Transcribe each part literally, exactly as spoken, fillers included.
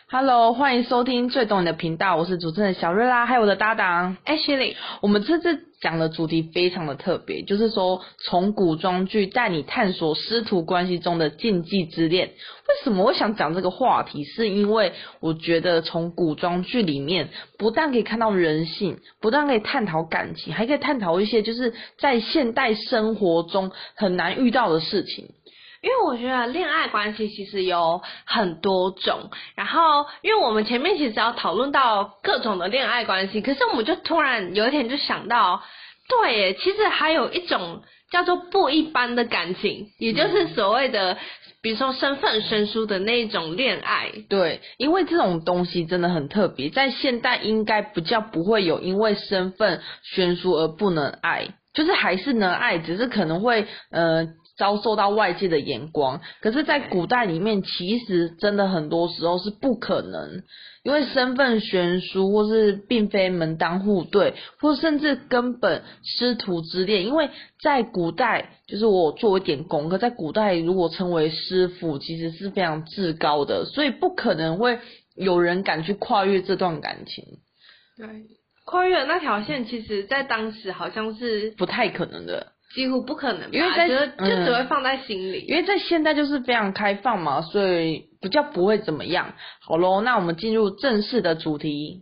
Hello，欢迎收听最懂你的频道，我是主持人小瑞拉，还有我的搭档 Ashley。 我们这次讲的主题非常的特别，就是说从古装剧带你探索师徒关系中的禁忌之恋。为什么我想讲这个话题，是因为我觉得从古装剧里面不但可以看到人性，不但可以探讨感情，还可以探讨一些就是在现代生活中很难遇到的事情。 因为我觉得恋爱关系其实有很多种，然后因为我们前面其实要讨论到各种的恋爱关系，可是我们就突然有一天就想到，对耶，其实还有一种叫做不一般的感情，也就是所谓的比如说身份悬殊的那种恋爱。 对，因为这种东西真的很特别，在现代应该比较不会有因为身份悬殊而不能爱，就是还是能爱，只是可能会呃遭受到外界的眼光。可是在古代里面，其实真的很多时候是不可能，因为身份悬殊，或是并非门当户对，或甚至根本师徒之恋。因为在古代，就是我做一点功课，在古代如果称为师傅，其实是非常至高的，所以不可能会有人敢去跨越这段感情。 对，跨越那条线，其实在当时好像是不太可能的。 几乎不可能吧， 因为在就嗯就只会放在心里。 因为在现代就是非常开放嘛，所以比较不会怎么样。好咯，那我们进入正式的主题。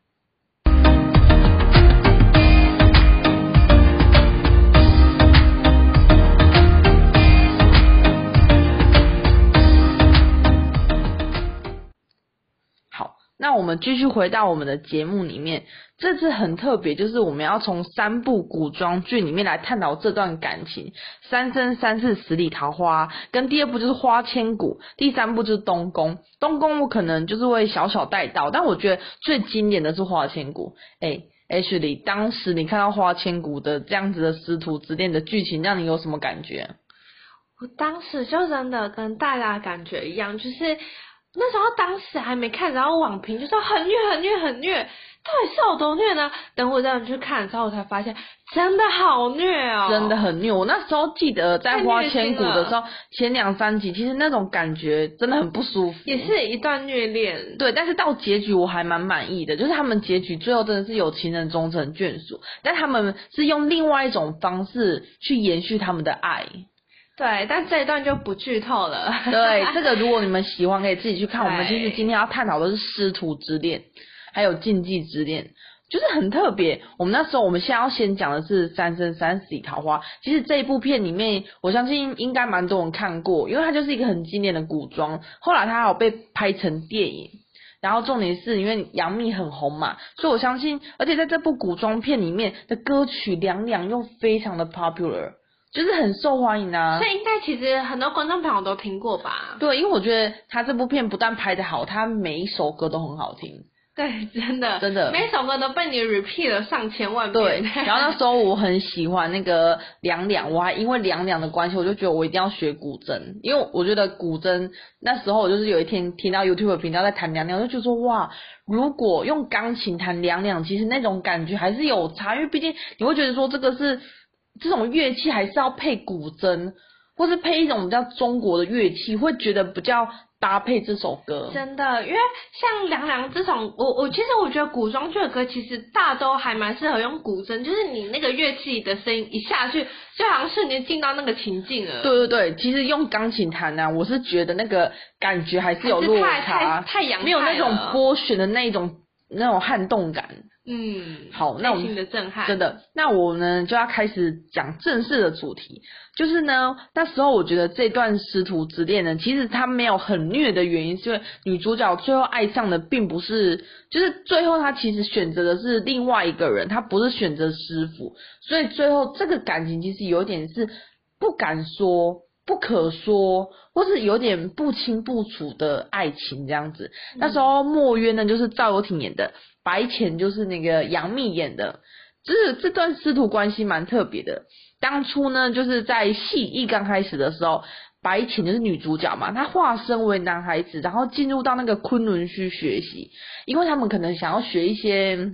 好，那我们继续回到我们的节目里面。这次很特别，就是我们要从三部古装剧里面来探讨这段感情，三生三世十里桃花，跟第二部就是花千骨，第三部就是东宫。东宫我可能就是会小小带到，但我觉得最经典的是花千骨。诶 Ashley， 当时你看到花千骨的这样子的师徒之恋的剧情，让你有什么感觉？ 我当时就真的跟大家感觉一样，就是那时候当时还没看，然后网评就说很虐很虐很虐，到底是有多虐呢？等我真的去看的时候，我才发现真的好虐哦， 真的很虐。我那时候记得在花千骨的时候，前两三集其实那种感觉真的很不舒服， 也是一段虐恋。 对，但是到结局我还蛮满意的，就是他们结局最后真的是有情人终成眷属，但他们是用另外一种方式去延续他们的爱。 对，但这一段就不剧透了。 对，这个如果你们喜欢可以自己去看。我们其实今天要探讨的是师徒之恋，还有禁忌之恋，就是很特别。我们那时候我们现在要先讲的是三生三世里桃花。其实这一部片里面，我相信应该蛮多人看过，因为它就是一个很经典的古装，后来它还有被拍成电影。然后重点是因为杨幂很红嘛，所以我相信，而且在这部古装片里面的歌曲两两又非常的 popular， 就是很受欢迎啊。 所以应该其实很多观众朋友都听过吧？ 对，因为我觉得他这部片不但拍得好，他每一首歌都很好听。 对，真的， 真的， 每首歌都被你 repeat 了上千万遍。 对，然后那时候我很喜欢那个两两，我还因为两两的关系，我就觉得我一定要学古筝，因为我觉得古筝那时候我就是有一天听到 YouTube 频道在弹两两，我就觉得说哇，如果用钢琴弹两两，其实那种感觉还是有差，因为毕竟你会觉得说这个是这种乐器还是要配古筝，或是配一种比较中国的乐器，会觉得比较搭配这首歌。 真的，因为像凉凉这种，我我其实我觉得古装剧的歌其实大都还蛮适合用古筝，就是你那个乐器的声音一下去，就好像瞬间进到那个情境了。 对对对，其实用钢琴弹啊，我是觉得那个感觉还是有落差， 太太洋派了， 没有那种拨弦的那种那种撼动感。 嗯， 好，那我们内心的震撼， 真的，那我呢就要开始讲正式的主题，就是呢，那时候我觉得这段师徒之恋呢，其实它没有很虐的原因，是因为女主角最后爱上的并不是，就是最后她其实选择的是另外一个人，她不是选择师傅，所以最后这个感情其实有点是不敢说。不可说，或是有点不清不楚的爱情这样子。嗯、那时候墨渊呢，就是赵又廷演的，白浅就是那个杨幂演的，就是这段师徒关系蛮特别的。当初呢，就是在戏一刚开始的时候，白浅就是女主角嘛，她化身为男孩子，然后进入到那个昆仑虚学习，因为他们可能想要学一些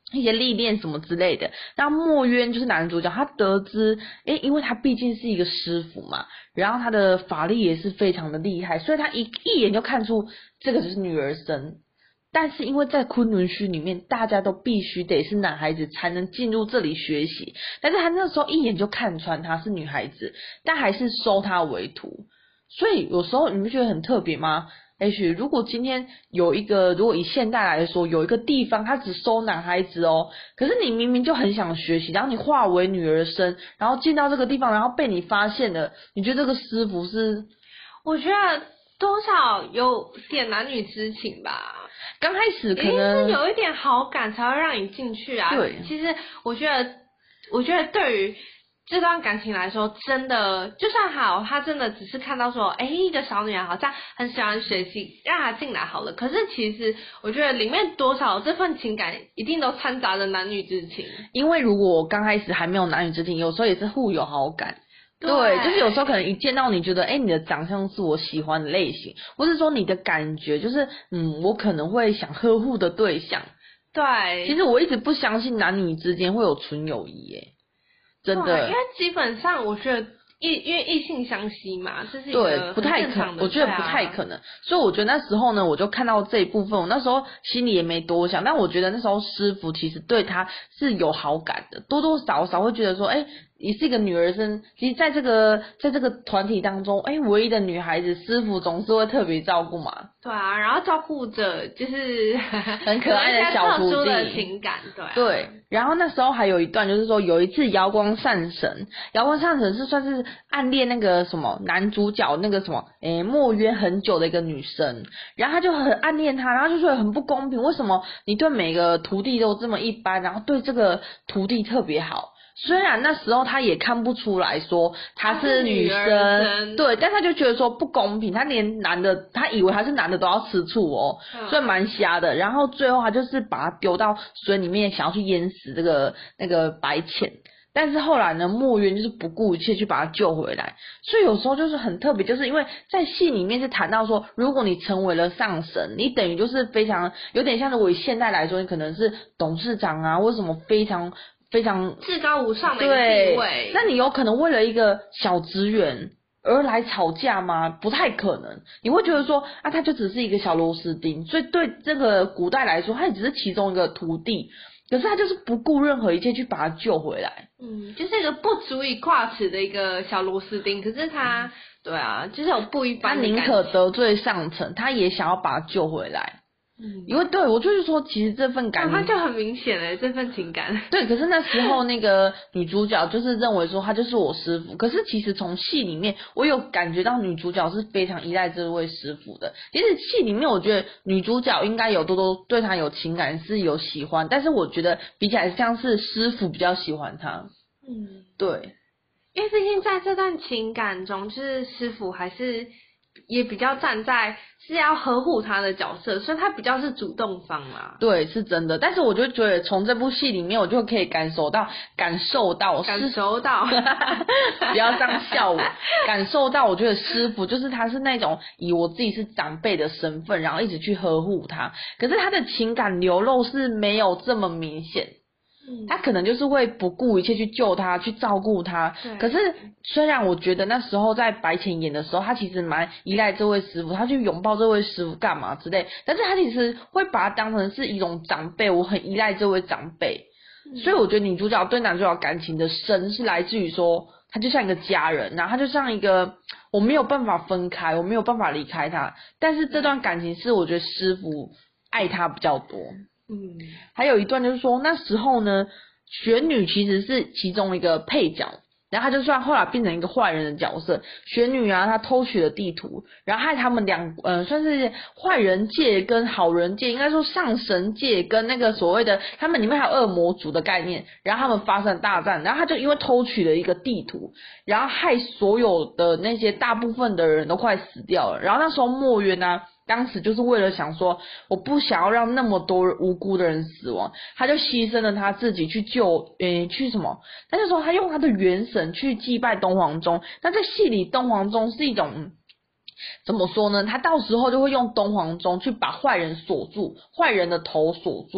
一些历练什么之类的。那墨渊就是男主角，他得知，诶，因为他毕竟是一个师傅嘛，然后他的法力也是非常的厉害，所以他一一眼就看出这个就是女儿身。但是因为在昆仑虚里面，大家都必须得是男孩子才能进入这里学习，但是他那时候一眼就看穿她是女孩子，但还是收她为徒。所以有时候你不觉得很特别吗？H， 如果今天有一个，如果以现代来说，有一个地方他只收男孩子哦，可是你明明就很想学习，然后你化为女儿身，然后进到这个地方，然后被你发现了，你觉得这个师傅是？ 我觉得多少有点男女之情吧。 刚开始可能一定是有一点好感才会让你进去啊。 对， 其实我觉得，我觉得对于这段感情来说，真的就算好，他真的只是看到说，哎，一个小女孩好像很喜欢学习，让她进来好了。可是其实我觉得里面多少这份情感一定都掺杂着男女之情。 因为如果刚开始还没有男女之情，有时候也是互有好感。 对， 对，就是有时候可能一见到你觉得，哎，你的长相是我喜欢的类型，或是说你的感觉就是，嗯，我可能会想呵护的对象。 对， 其实我一直不相信男女之间会有纯友谊，耶，真的， 因为基本上我觉得异因为异性相吸嘛，这是一对个不太可，我觉得不太可能。所以我觉得那时候呢，我就看到这一部分，我那时候心里也没多想，但我觉得那时候师傅其实对他是有好感的，多多少少会觉得说，哎。你是一个女儿身，其实在这个在这个团体当中，哎，唯一的女孩子，师傅总是会特别照顾嘛。 对啊，然后照顾着就是很可爱的小徒弟的情感，对、啊。 对，然后那时候还有一段就是说，有一次瑶光善神，瑶光善神是算是暗恋那个什么男主角那个什么，诶，墨渊很久的一个女生，然后他就很暗恋他，然后就觉得很不公平，为什么你对每个徒弟都这么一般，然后对这个徒弟特别好？虽然那时候他也看不出来说她是女生， 生对，但他就觉得说不公平，他连男的，他以为他是男的都要吃醋哦，嗯、所以蛮瞎的。然后最后他就是把他丢到水里面，想要去淹死这个那个白浅。但是后来呢，墨渊就是不顾一切去把他救回来。所以有时候就是很特别，就是因为在戏里面是谈到说，如果你成为了上神，你等于就是非常有点像，如果以现代来说，你可能是董事长啊，或什么非常。非常至高无上的一个地位， 那你有可能为了一个小职员而来吵架吗？不太可能。你会觉得说啊，他就只是一个小螺丝钉，所以对这个古代来说，他也只是其中一个徒弟，可是他就是不顾任何一切去把他救回来。 嗯，就是一个不足以挂齿的一个小螺丝钉，可是他，嗯、对啊，就是有不一般的感觉， 他宁可得罪上层，他也想要把他救回来。嗯，因为对我就是说，其实这份感情， 他就很明显嘞，这份情感。 对，可是那时候那个女主角就是认为说他就是我师傅，可是其实从戏里面我有感觉到女主角是非常依赖这位师傅的。其实戏里面我觉得女主角应该有多多对他有情感，是有喜欢，但是我觉得比起来像是师傅比较喜欢他。嗯，对， 因为毕竟在这段情感中，就是师傅还是。也比较站在是要呵护他的角色，所以他比较是主动方啦。 对，是真的。但是我就觉得从这部戏里面，我就可以感受到、感受到、 感受到， 不要这样笑我。感受到，我觉得师傅就是他是那种以我自己是长辈的身份，然后一直去呵护他。可是他的情感流露是没有这么明显。他可能就是会不顾一切去救他，去照顾他。可是虽然我觉得那时候在白浅演的时候，他其实蛮依赖这位师傅，他去拥抱这位师傅干嘛之类，但是他其实会把他当成是一种长辈，我很依赖这位长辈。嗯、所以我觉得女主角对男主角感情的深是来自于说，他就像一个家人，然后他就像一个我没有办法分开，我没有办法离开他。但是这段感情是我觉得师傅爱他比较多。嗯，还有一段就是说那时候呢，玄女其实是其中一个配角，然后他就算后来变成一个坏人的角色。玄女啊，她偷取了地图，然后害他们两呃算是坏人界跟好人界，应该说上神界跟那个所谓的他们里面还有恶魔族的概念，然后他们发生大战，然后他就因为偷取了一个地图，然后害所有的那些大部分的人都快死掉了。然后那时候墨渊啊。当时就是为了想说，我不想要让那么多无辜的人死亡，他就牺牲了他自己去救，诶，去什么？他就说他用他的元神去祭拜东皇钟。那在戏里，东皇钟是一种怎么说呢？他到时候就会用东皇钟去把坏人锁住，坏人的头锁住。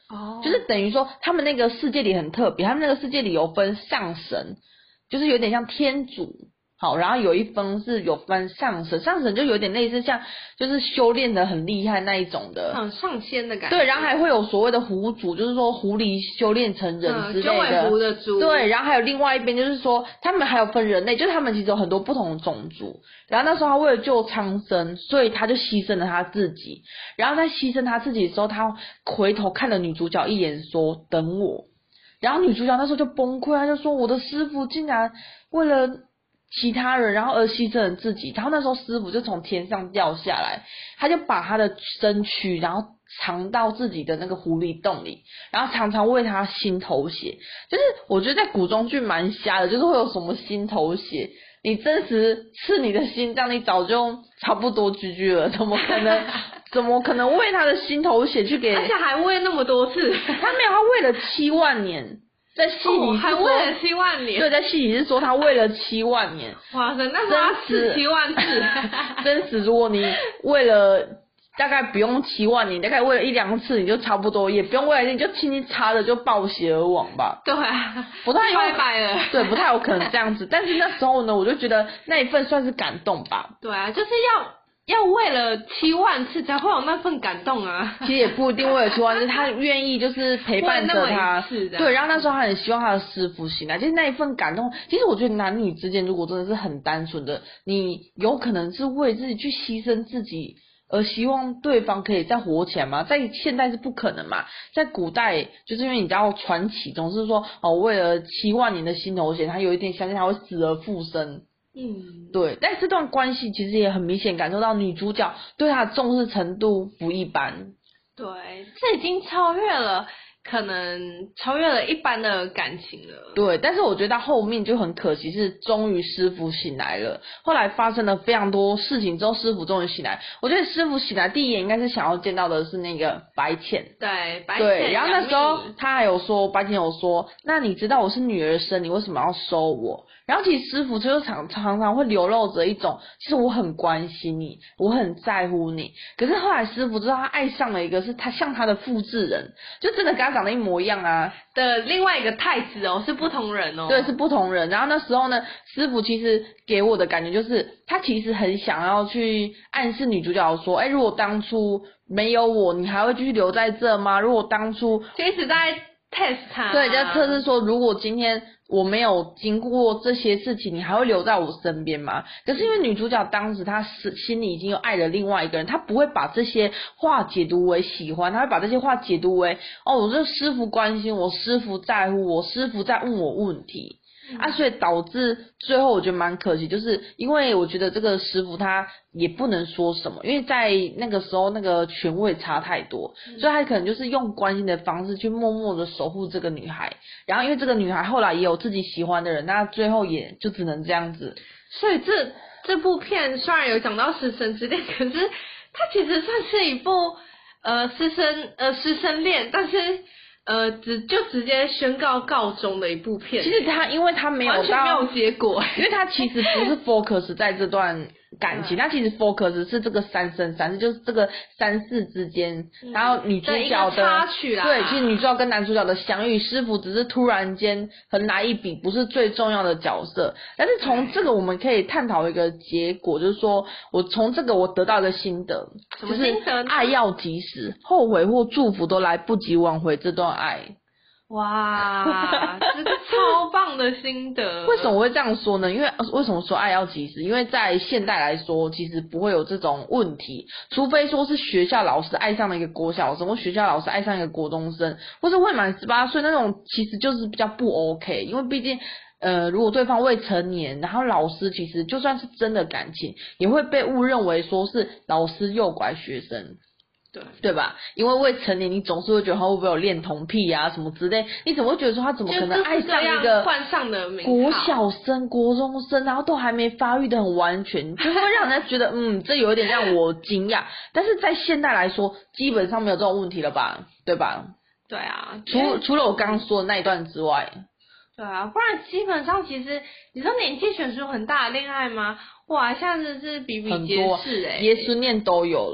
哦， 就是等于说他们那个世界里很特别，他们那个世界里有分上神，就是有点像天主。好，然后有一分是有分上神，上神就有点类似像就是修炼的很厉害那一种的， 嗯，上仙的感觉。 对，然后还会有所谓的狐主，就是说狐狸修炼成人之类的。 九尾狐的猪。 对，然后还有另外一边就是说，他们还有分人类，就是他们其实有很多不同的种族。然后那时候他为了救苍生，所以他就牺牲了他自己。然后在牺牲他自己的时候，他回头看了女主角一眼，说：“等我。”然后女主角那时候就崩溃，她就说：“我的师父竟然为了其他人，然后而牺牲了自己。”然后那时候师傅就从天上掉下来，他就把他的身躯然后藏到自己的那个狐狸洞里，然后常常为他心头血。就是我觉得在古装剧蛮瞎的，就是会有什么心头血，你真实刺你的心脏，你早就差不多 G G 了，怎么可能怎么可能为他的心头血去给， 而且还喂那么多次。 他没有，他喂了七万年。在戏里、哦、 还喂了七万年， 对，在戏里是说他喂了七万年。 哇塞，那是他吃七万次。 真实，如果你喂了大概不用七万年，大概喂了一两次，你就差不多，也不用喂了，你就轻轻插着就爆血而亡吧。 对啊， 不太有拜拜了。 对，不太有可能这样子。但是那时候呢，我就觉得那一份算是感动吧。 对啊，就是要。要为了七万次才会有那份感动啊！ 其实也不一定为了七万次，他愿意就是陪伴着他，对。然后那时候他很希望他的师父醒来，就是那一份感动。其实我觉得男女之间如果真的是很单纯的，你有可能是为自己去牺牲自己，而希望对方可以再活起来吗？在现代是不可能嘛。在古代，就是因为你知道传奇总是说哦，为了七万年的心头血，他有一点相信他会死而复生。 嗯， 对，但这段关系其实也很明显感受到女主角对他的重视程度不一般。 对，这已经超越了，可能超越了一般的感情了。 对，但是我觉得到后面就很可惜，是终于师傅醒来了。后来发生了非常多事情之后，师傅终于醒来。我觉得师傅醒来第一眼应该是想要见到的是那个白浅。 对，白浅。 对，然后那时候他还有说，白浅有说，那你知道我是女儿身，你为什么要收我？然后其实师傅就常常常会流露着一种，其实我很关心你，我很在乎你。可是后来师傅知道他爱上了一个是他像他的复制人，就真的跟他长得一模一样啊的另外一个太子哦，是不同人哦。 对，是不同人。然后那时候呢，师傅其实给我的感觉就是，他其实很想要去暗示女主角说，哎，如果当初没有我，你还会继续留在这吗？如果当初就一直在 test 他， 对，在测试说，如果今天我没有经过这些事情，你还会留在我身边吗？可是因为女主角当时她心里已经有爱了另外一个人，她不会把这些话解读为喜欢，她会把这些话解读为哦，我这师傅关心我，师傅在乎我，师傅在问我问题。啊，所以导致最后我觉得蛮可惜，就是因为我觉得这个师傅他也不能说什么，因为在那个时候那个权位差太多，嗯、所以他可能就是用关心的方式去默默的守护这个女孩，然后因为这个女孩后来也有自己喜欢的人，那最后也就只能这样子。 所以这这部片虽然有讲到师生之恋，可是它其实算是一部呃师生呃师生恋，但是。呃，直就直接宣告告终的一部片。 其实他，因为他没有到完全没有结果， 因为他其实不是 focus 在这段感情，他其实 focus 是这个三生三世，就是这个三世之间，嗯、然后女主角的插曲啦。 对，其实女主角跟男主角的相遇，师傅只是突然间横来一笔，不是最重要的角色。但是从这个我们可以探讨一个结果，就是说我从这个我得到一个心得， 什么心得？ 就是爱要及时，后悔或祝福都来不及挽回这段爱。 哇，这个超棒的心得。 为什么我会这样说呢？因为为什么说爱要及时？因为在现代来说，其实不会有这种问题，除非说是学校老师爱上了一个国小生，或学校老师爱上一个国中生，或是未满十八岁那种，其实就是比较不 OK。因为毕竟，呃，如果对方未成年，然后老师其实就算是真的感情，也会被误认为说是老师诱拐学生。 对对吧？因为未成年，你总是会觉得他会不会有恋童癖啊什么之类，你怎么会觉得说他怎么可能爱上一个冠上的名国小生、国中生，然后都还没发育的很完全，就是会让人家觉得嗯，这有一点让我惊讶。但是在现代来说，基本上没有这种问题了吧？对吧？ 对啊， 除除了我刚刚说的那一段之外， 对啊，不然基本上其实你说年纪悬殊很大的恋爱吗？哇，现在真是比比皆是哎、欸， 爷孙恋都有了。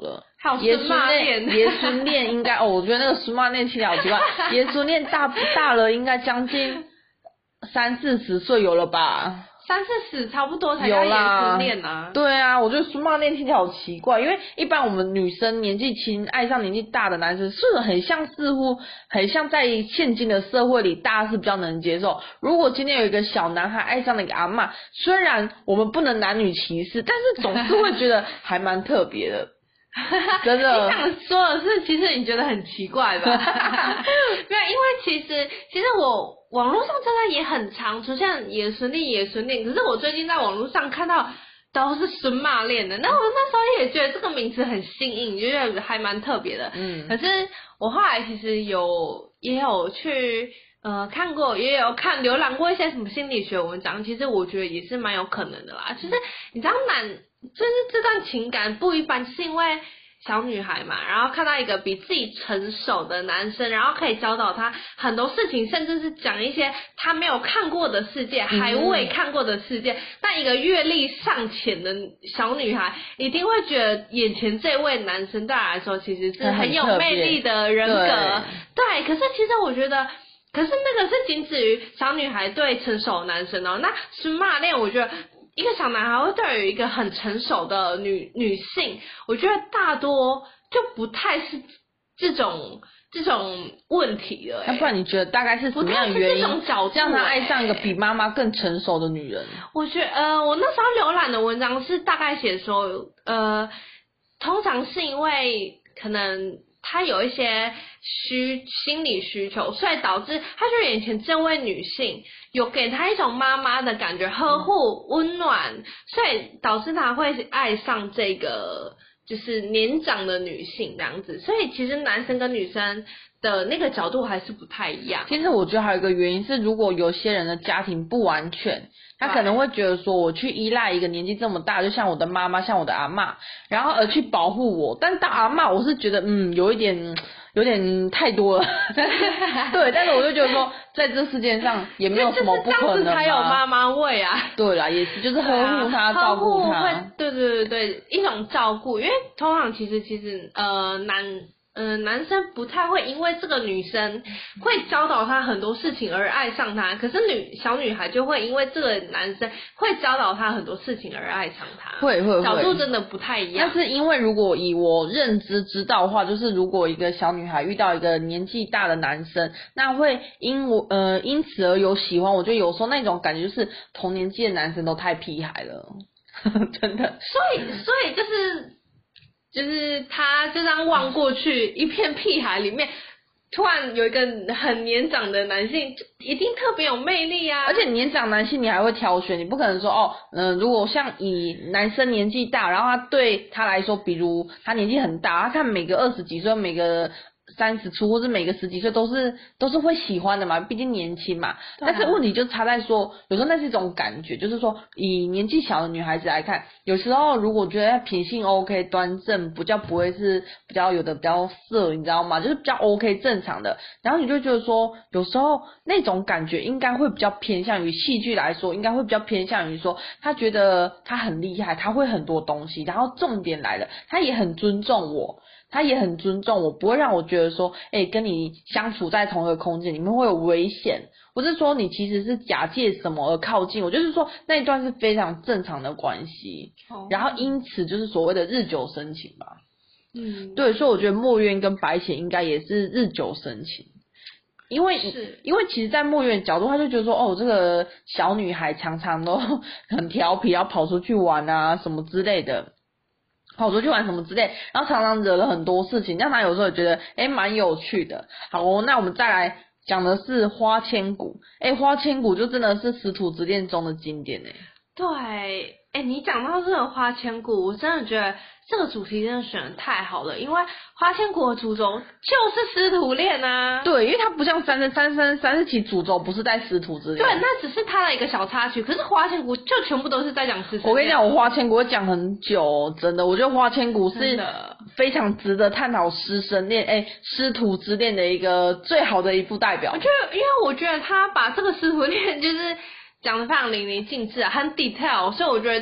还有爷孙骂孙恋， 恋， 爷孙恋应该哦，我觉得那个孙骂恋听起来好奇怪，爷孙恋大大了应该将近三四十岁有了吧？ 三四十差不多才叫爷有啦， 孙恋啊。 对啊，我觉得孙骂恋听起来好奇怪，因为一般我们女生年纪轻爱上年纪大的男生，是很像似乎很像在现今的社会里，大家是比较能接受。如果今天有一个小男孩爱上了一个阿嬷，虽然我们不能男女歧视，但是总是会觉得还蛮特别的。真的， 你想说的是，其实你觉得很奇怪吧？没有，因为其实其实我网络上真的也很常出现爷孙恋、爷孙恋，可是我最近在网络上看到都是孙骂恋的，那我那时候也觉得这个名词很新颖，就觉得还蛮特别的。 嗯， 可是我后来其实有也有去呃看过，也有看浏览过一些什么心理学文章，其实我觉得也是蛮有可能的啦。其实你知道男就是这段情感不一般，就是因为小女孩嘛，然后看到一个比自己成熟的男生，然后可以教导她很多事情，甚至是讲一些她没有看过的世界， 嗯、 还未看过的世界。但一个阅历尚浅的小女孩，一定会觉得眼前这位男生对她来说其实是很有魅力的人格。对，可是其实我觉得。可是那个是仅止于小女孩对成熟的男生哦，那孙骂恋，我觉得一个小男孩会对于一个很成熟的女女性，我觉得大多就不太是这种这种问题了、欸。 那不然你觉得大概是什么样的原因让他爱上一个比妈妈更成熟的女人？ 我觉得呃，我那时候浏览的文章是大概写说，呃，通常是因为可能。他有一些需心理需求，所以导致他觉得眼前这位女性有给他一种妈妈的感觉，呵护、温暖，所以导致他会爱上这个就是年长的女性这样子。所以其实男生跟女生的那个角度还是不太一样。 其实我觉得还有一个原因是，如果有些人的家庭不完全。他可能会觉得说，我去依赖一个年纪这么大，就像我的妈妈，像我的阿嬷，然后而去保护我。但大阿嬷，我是觉得，嗯，有一点，有点太多了。对，但是我就觉得说，在这世界上也没有什么不可能嘛。 才有妈妈味啊。 对啦，也是，就是呵护他，啊、照顾他。 对对对对，一种照顾，因为通常其实其实呃男。嗯、呃，男生不太会因为这个女生会教导他很多事情而爱上他，可是女小女孩就会因为这个男生会教导他很多事情而爱上他。 会会会， 角度真的不太一样。 但是因为如果以我认知知道的话，就是如果一个小女孩遇到一个年纪大的男生，那会因我呃因此而有喜欢，我觉得有时候那种感觉就是同年纪的男生都太屁孩了，真的。 所以所以就是。就是他就这样望过去，一片屁孩里面，突然有一个很年长的男性，一定特别有魅力啊！ 而且年长男性你还会挑选，你不可能说哦，嗯、呃，如果像以男生年纪大，然后他对他来说，比如他年纪很大，他看每个二十几岁，每个三十出，或是每个十几岁都是都是会喜欢的嘛，毕竟年轻嘛。啊、但是问题就差在说，有时候那是一种感觉，就是说以年纪小的女孩子来看，有时候如果觉得她品性 OK 端正，比较不会是比较有的比较色，你知道吗？就是比较 OK 正常的，然后你就觉得说，有时候那种感觉应该会比较偏向于戏剧来说，应该会比较偏向于说，他觉得他很厉害，他会很多东西，然后重点来了，他也很尊重我。他也很尊重我，不会让我觉得说，哎、欸，跟你相处在同一个空间里面会有危险，或是说你其实是假借什么而靠近我，就是说那一段是非常正常的关系，哦、然后因此就是所谓的日久生情吧。嗯，对，所以我觉得墨渊跟白浅应该也是日久生情。因为因为其实，在墨渊的角度，他就觉得说，哦，这个小女孩常常都很调皮，要跑出去玩啊什么之类的。跑出去玩什么之类，然后常常惹了很多事情，让他有时候也觉得诶蛮有趣的。好、哦，那我们再来讲的是花千骨。诶花千骨就真的是师徒之恋中的经典诶。 对，诶你讲到这个花千骨，我真的觉得这个主题真的选的太好了，因为花千骨的主轴就是师徒恋啊。 对，因为它不像三生三生三世奇主轴不是在师徒之恋。 对，那只是它的一个小插曲，可是花千骨就全部都是在讲师徒恋。 我跟你讲，我花千骨会讲很久，真的，我觉得花千骨是非常值得探讨师生恋、诶师徒之恋的一个最好的一部代表。 我觉得，因为我觉得他把这个师徒恋就是讲得非常淋漓尽致啊，很 detail， 所以我觉得这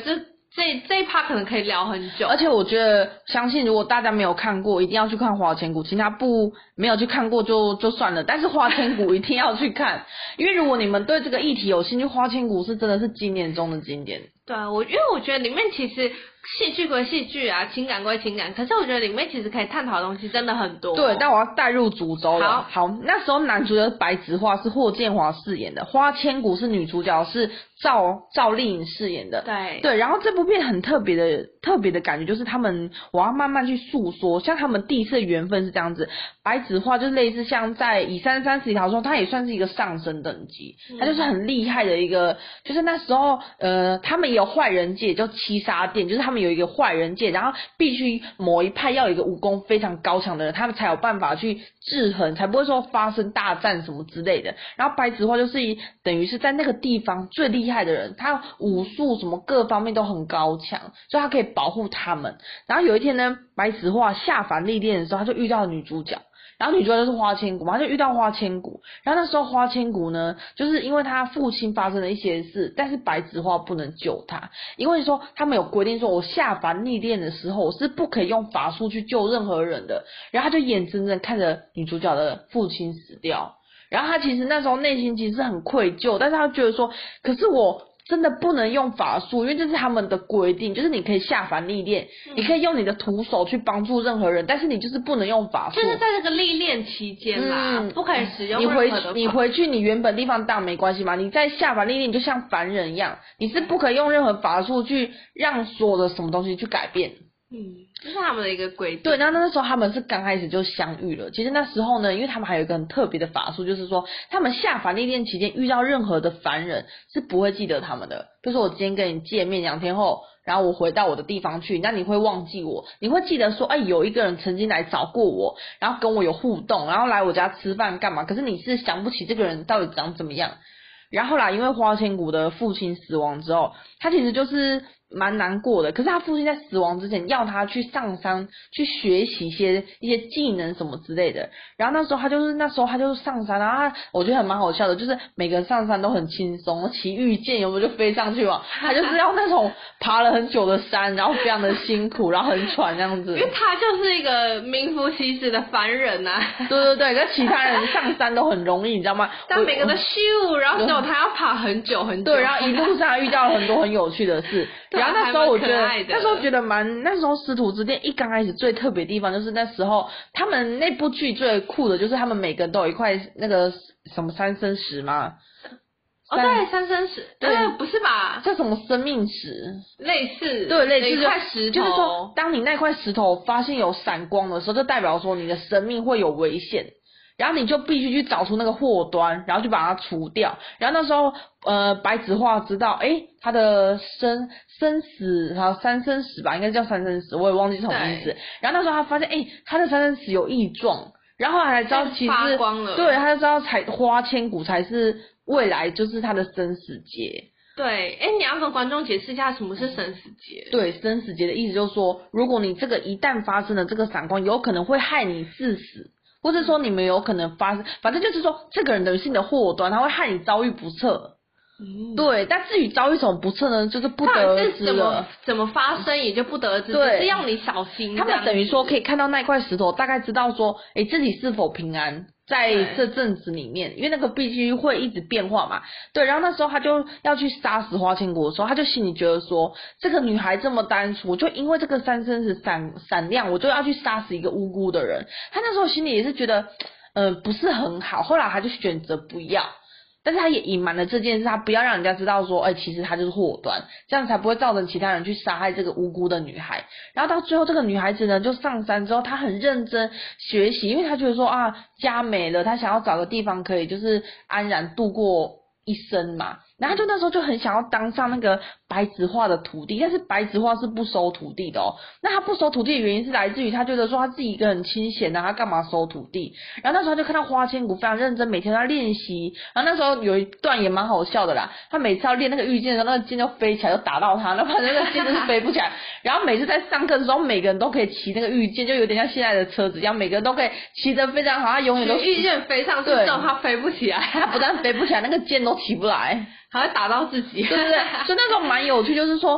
这这一趴可能可以聊很久。 而且我觉得，相信如果大家没有看过，一定要去看《花千骨》，其他部没有去看过就就算了，但是《花千骨》一定要去看，因为如果你们对这个议题有兴趣，《花千骨》是真的是经典中的经典。 对啊，我因为我觉得里面其实戏剧归戏剧啊，情感归情感，可是我觉得里面其实可以探讨的东西真的很多。 对，但我要带入主轴了。 好， 好，那时候男主角白子画是霍建华饰演的，花千骨是女主角是赵赵丽颖饰演的。 对对，然后这部片很特别的特别的感觉就是他们，我要慢慢去诉说，像他们第一次的缘分是这样子，白子画就类似像在以三三十一条中，他也算是一个上升等级，他就是很厉害的一个，就是那时候呃他们也有坏人界，就七杀殿，就是他们有一个坏人界，然后必须某一派要有一个武功非常高强的人，他们才有办法去制衡，才不会说发生大战什么之类的。然后白子画就是等于是在那个地方最厉害的人，他武术什么各方面都很高强，所以他可以保护他们。然后有一天呢，白子画下凡历练的时候，他就遇到了女主角。然后女主角就是花千骨嘛，他就遇到花千骨。然后那时候花千骨呢，就是因为他父亲发生了一些事，但是白子画不能救他，因为说他们有规定说，我下凡历练的时候，我是不可以用法术去救任何人的。然后他就眼睁睁看着女主角的父亲死掉，然后他其实那时候内心其实很愧疚，但是他觉得说，可是我真的不能用法术，因为这是他们的规定，就是你可以下凡历练、嗯、你可以用你的徒手去帮助任何人，但是你就是不能用法术， 就是在这个历练期间啦、嗯、不可以使用任何的法。 你回你回去你原本地方当然没关系嘛，你在下凡历练你就像凡人一样，你是不可以用任何法术去让所有的什么东西去改变。 嗯，这是他们的一个规定。 对，然后那时候他们是刚开始就相遇了。其实那时候呢，因为他们还有一个很特别的法术，就是说他们下凡历练期间遇到任何的凡人是不会记得他们的。就是我今天跟你见面两天后，然后我回到我的地方去，那你会忘记我，你会记得说，哎，有一个人曾经来找过我，然后跟我有互动，然后来我家吃饭干嘛？可是你是想不起这个人到底长怎么样。然后啦，因为花千骨的父亲死亡之后，他其实就是蛮难过的，可是他父亲在死亡之前要他去上山去学习一些一些技能什么之类的，然后那时候他就是那时候他就是上山，然后他我觉得还蛮好笑的，就是每个人上山都很轻松，骑御剑有没有就飞上去嘛，他就是要那种爬了很久的山，然后非常的辛苦，然后很喘这样子， 因为他就是一个名副其实的凡人啊。 对对对，跟其他人上山都很容易，你知道吗？ 但每个都咻，然后只有他要爬很久很久， 对，然后一路上遇到了很多很有趣的事。然后那时候我觉得，那时候觉得蛮，那时候师徒之恋一刚开始最特别的地方就是那时候他们那部剧最酷的就是他们每个人都有一块那个什么三生石嘛。 哦，对，三生石，对，不是吧？ 叫什么生命石？ 类似， 对，类似一块石头， 就是说，当你那块石头发现有闪光的时候，就代表说你的生命会有危险。然后你就必须去找出那个祸端，然后就把它除掉。然后那时候，呃，白子画知道，诶，他的生生死，还有三生石吧，应该叫三生石，我也忘记什么意思。然后那时候他发现，诶，他的三生石有异状，然后后来才知道其实发光了， 对，他就知道才花千骨才是未来就是他的生死劫。 对，哎，你要跟观众解释一下什么是生死劫？ 对，生死劫的意思就是说，如果你这个一旦发生了这个闪光，有可能会害你致死。或者说你们有可能发生，反正就是说这个人等于是你的祸端，他会害你遭遇不测。嗯，对，但至于遭遇什么不测呢，就是不得而知了。 怎么怎么发生也就不得而知， 对， 只是要你小心。 他们等于说可以看到那块石头，大概知道说，诶，自己是否平安。在这阵子里面，因为那个必须会一直变化嘛，对，然后那时候他就要去杀死花千骨的时候，他就心里觉得说，这个女孩这么单纯，我就因为这个三生石闪闪亮，我就要去杀死一个无辜的人。他那时候心里也是觉得，呃，不是很好，后来他就选择不要。但是他也隐瞒了这件事，他不要让人家知道说，哎、欸，其实他就是祸端，这样才不会造成其他人去杀害这个无辜的女孩。然后到最后，这个女孩子呢，就上山之后，她很认真学习，因为她觉得说啊，家没了，她想要找个地方可以就是安然度过一生嘛。然后就那时候就很想要当上那个白子画的徒弟，但是白子画是不收徒弟的哦。那他不收徒弟的原因是来自于他觉得说他自己一个很清闲的，他干嘛收徒弟？然后那时候就看到花千骨非常认真，每天都在练习。然后那时候有一段也蛮好笑的啦，他每次要练那个御剑的时候，那个剑就飞起来，就打到他，然后那个剑就是飞不起来。然后每次在上课的时候，每个人都可以骑那个御剑，就有点像现在的车子一样，每个人都可以骑得非常好，他永远都御剑飞上去之后，他飞不起来， 他不但飞不起来，那个剑都起不来。 还会打到自己， 对对对，所以那时候蛮有趣，就是说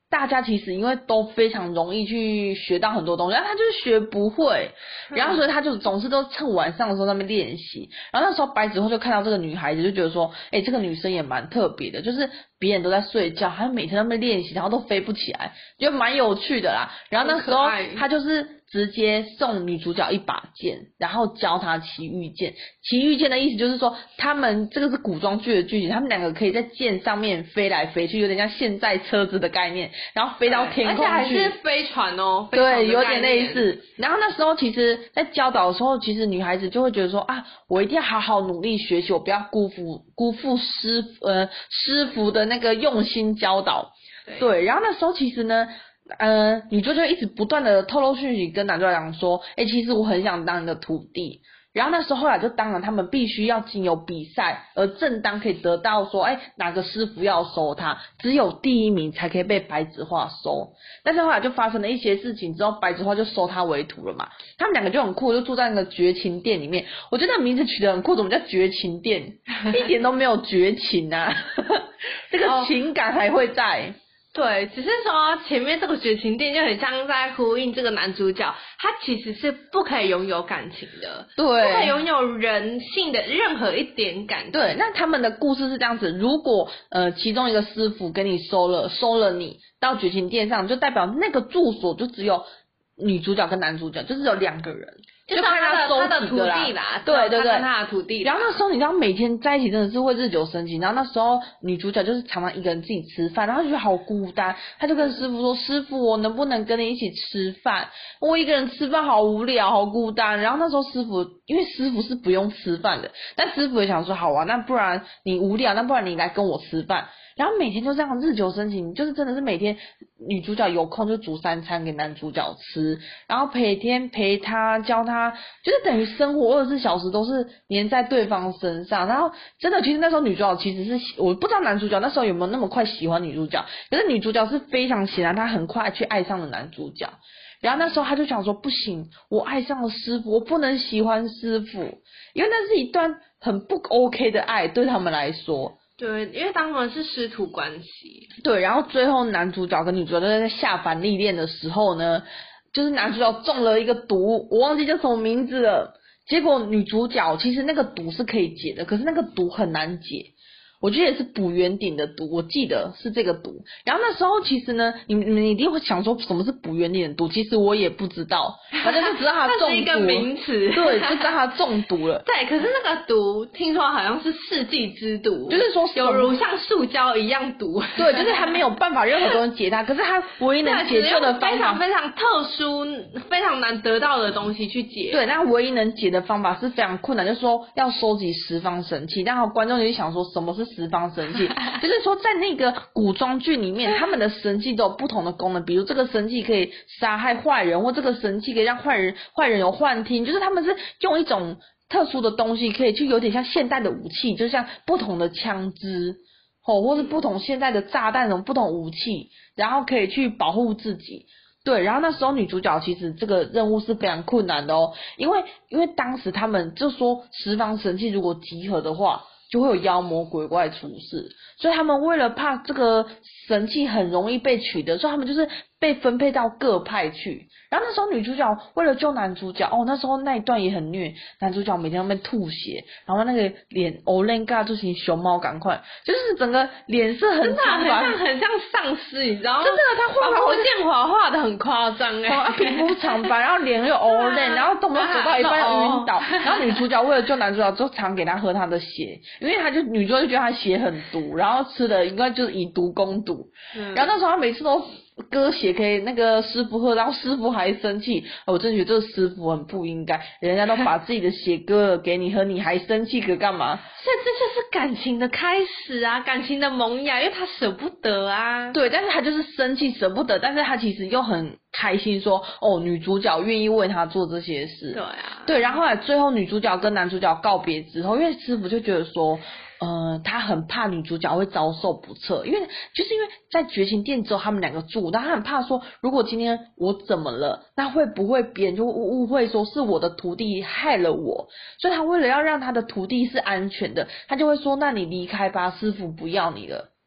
大家其实因为都非常容易去学到很多东西，但他就是学不会，然后所以他就总是都趁晚上的时候在那边练习。然后那时候白子画就看到这个女孩子，就觉得说，哎、欸，这个女生也蛮特别的，就是别人都在睡觉，她每天在那边练习，然后都飞不起来，就蛮有趣的啦。然后那时候他就是直接送女主角一把剑，然后教她奇遇剑。奇遇剑的意思就是说，他们这个是古装剧的剧情，他们两个可以在剑上面飞来飞去，有点像现在车子的概念，然后飞到天空去， 而且还是飞船哦， 对，有点类似。然后那时候其实，在教导的时候，其实女孩子就会觉得说啊，我一定要好好努力学习，我不要辜负辜负师呃师傅的那个用心教导。对，对，然后那时候其实呢。呃，女主角一直不断的透露讯息跟男主角讲说，哎、欸，其实我很想当你的徒弟。然后那时候后来就当然他们必须要经由比赛，而正当可以得到说，哎、欸，哪个师傅要收他，只有第一名才可以被白子画收。但是后来就发生了一些事情之后，白子画就收他为徒了嘛。他们两个就很酷，就住在那个绝情殿里面。我觉得名字取得很酷，怎么叫绝情殿？一点都没有绝情啊，这个情感还会在。 哦，对，只是说前面这个绝情殿就很像在呼应这个男主角，他其实是不可以拥有感情的， 对， 不可以拥有人性的任何一点感情。 对，那他们的故事是这样子，如果呃其中一个师傅给你收了收了你到绝情殿上，就代表那个住所就只有女主角跟男主角，就只有两个人。 就看他收他的徒弟啦， 对对对， 他他的徒弟。 然后那时候你知道每天在一起真的是会日久生情，然后那时候女主角就是常常一个人自己吃饭，然后就觉得好孤单，她就跟师傅说：“师傅，我能不能跟你一起吃饭？我一个人吃饭好无聊，好孤单。”然后那时候师傅因为师傅是不用吃饭的，但师傅也想说：“好啊，那不然你无聊，那不然你来跟我吃饭。”然后每天就这样日久生情，就是真的是每天女主角有空就煮三餐给男主角吃，然后每天陪他教他，就是等于生活二十四小时都是黏在对方身上。然后真的，其实那时候女主角其实是我不知道男主角那时候有没有那么快喜欢女主角，可是女主角是非常显然她很快去爱上了男主角。然后那时候他就想说不行，我爱上了师傅，我不能喜欢师傅，因为那是一段很不 OK 的爱对他们来说。 对，因为他们是师徒关系。 对，然后最后男主角跟女主角都在下凡历练的时候呢，就是男主角中了一个毒，我忘记叫什么名字了。结果女主角其实那个毒是可以解的，可是那个毒很难解。我觉得也是补圆顶的毒，我记得是这个毒。然后那时候其实呢，你你们一定会想说什么是补圆顶的毒，其实我也不知道，反正就知道他中毒了。 它是一个名词， 对，就知道他中毒了。 对，可是那个毒听说好像是世纪之毒， 就是说有如像塑胶一样毒。 对，就是他没有办法任何东西解它，可是他唯一能解救的方法， 非常非常特殊、非常难得到的东西去解。 对，那唯一能解的方法是非常困难，就是说要收集十方神器。然后观众就想说，什么是十方神器？就是说在那个古装剧里面，他们的神器都有不同的功能，比如这个神器可以杀害坏人，或这个神器可以让坏人坏人有幻听，就是他们是用一种特殊的东西，可以去有点像现代的武器，就像不同的枪支。哦，或是不同现在的炸弹，什么不同武器，然后可以去保护自己。对，然后那时候女主角其实这个任务是非常困难的哦，因为因为当时他们就说十方神器如果集合的话，就会有妖魔鬼怪出世，所以他们为了怕这个神器很容易被取得，所以他们就是被分配到各派去。然后那时候女主角为了救男主角，哦，那时候那一段也很虐，男主角每天在那边吐血，然后那个脸哦那个就像熊猫赶快，就是整个脸色很真的苍白， 很像很像丧尸，你知道吗？ 真的他画把霍建华画的很夸张哎， 哦，皮肤苍白，然后脸又哦烂，然后动不动走到一半晕倒，然后女主角为了救男主角，就常给他喝他的血，因为他就女主角就觉得他血很毒，然后吃的应该就是以毒攻毒，嗯、然后那时候他每次都割血给那个师傅喝，然后师傅还生气，我真的觉得这个师傅很不应该，人家都把自己的血割了给你喝，你还生气个干嘛？ 所以这就是感情的开始啊，感情的萌芽，因为他舍不得啊。 对，但是他就是生气舍不得，但是他其实又很开心说，哦，女主角愿意为他做这些事。 对啊。 对，然后后来最后女主角跟男主角告别之后，因为师傅就觉得说，呃，他很怕女主角会遭受不测，因为就是因为在绝情殿只有他们两个住，但他很怕说，如果今天我怎么了，那会不会别人就误误会说是我的徒弟害了我，所以他为了要让他的徒弟是安全的，他就会说，那你离开吧，师傅不要你了。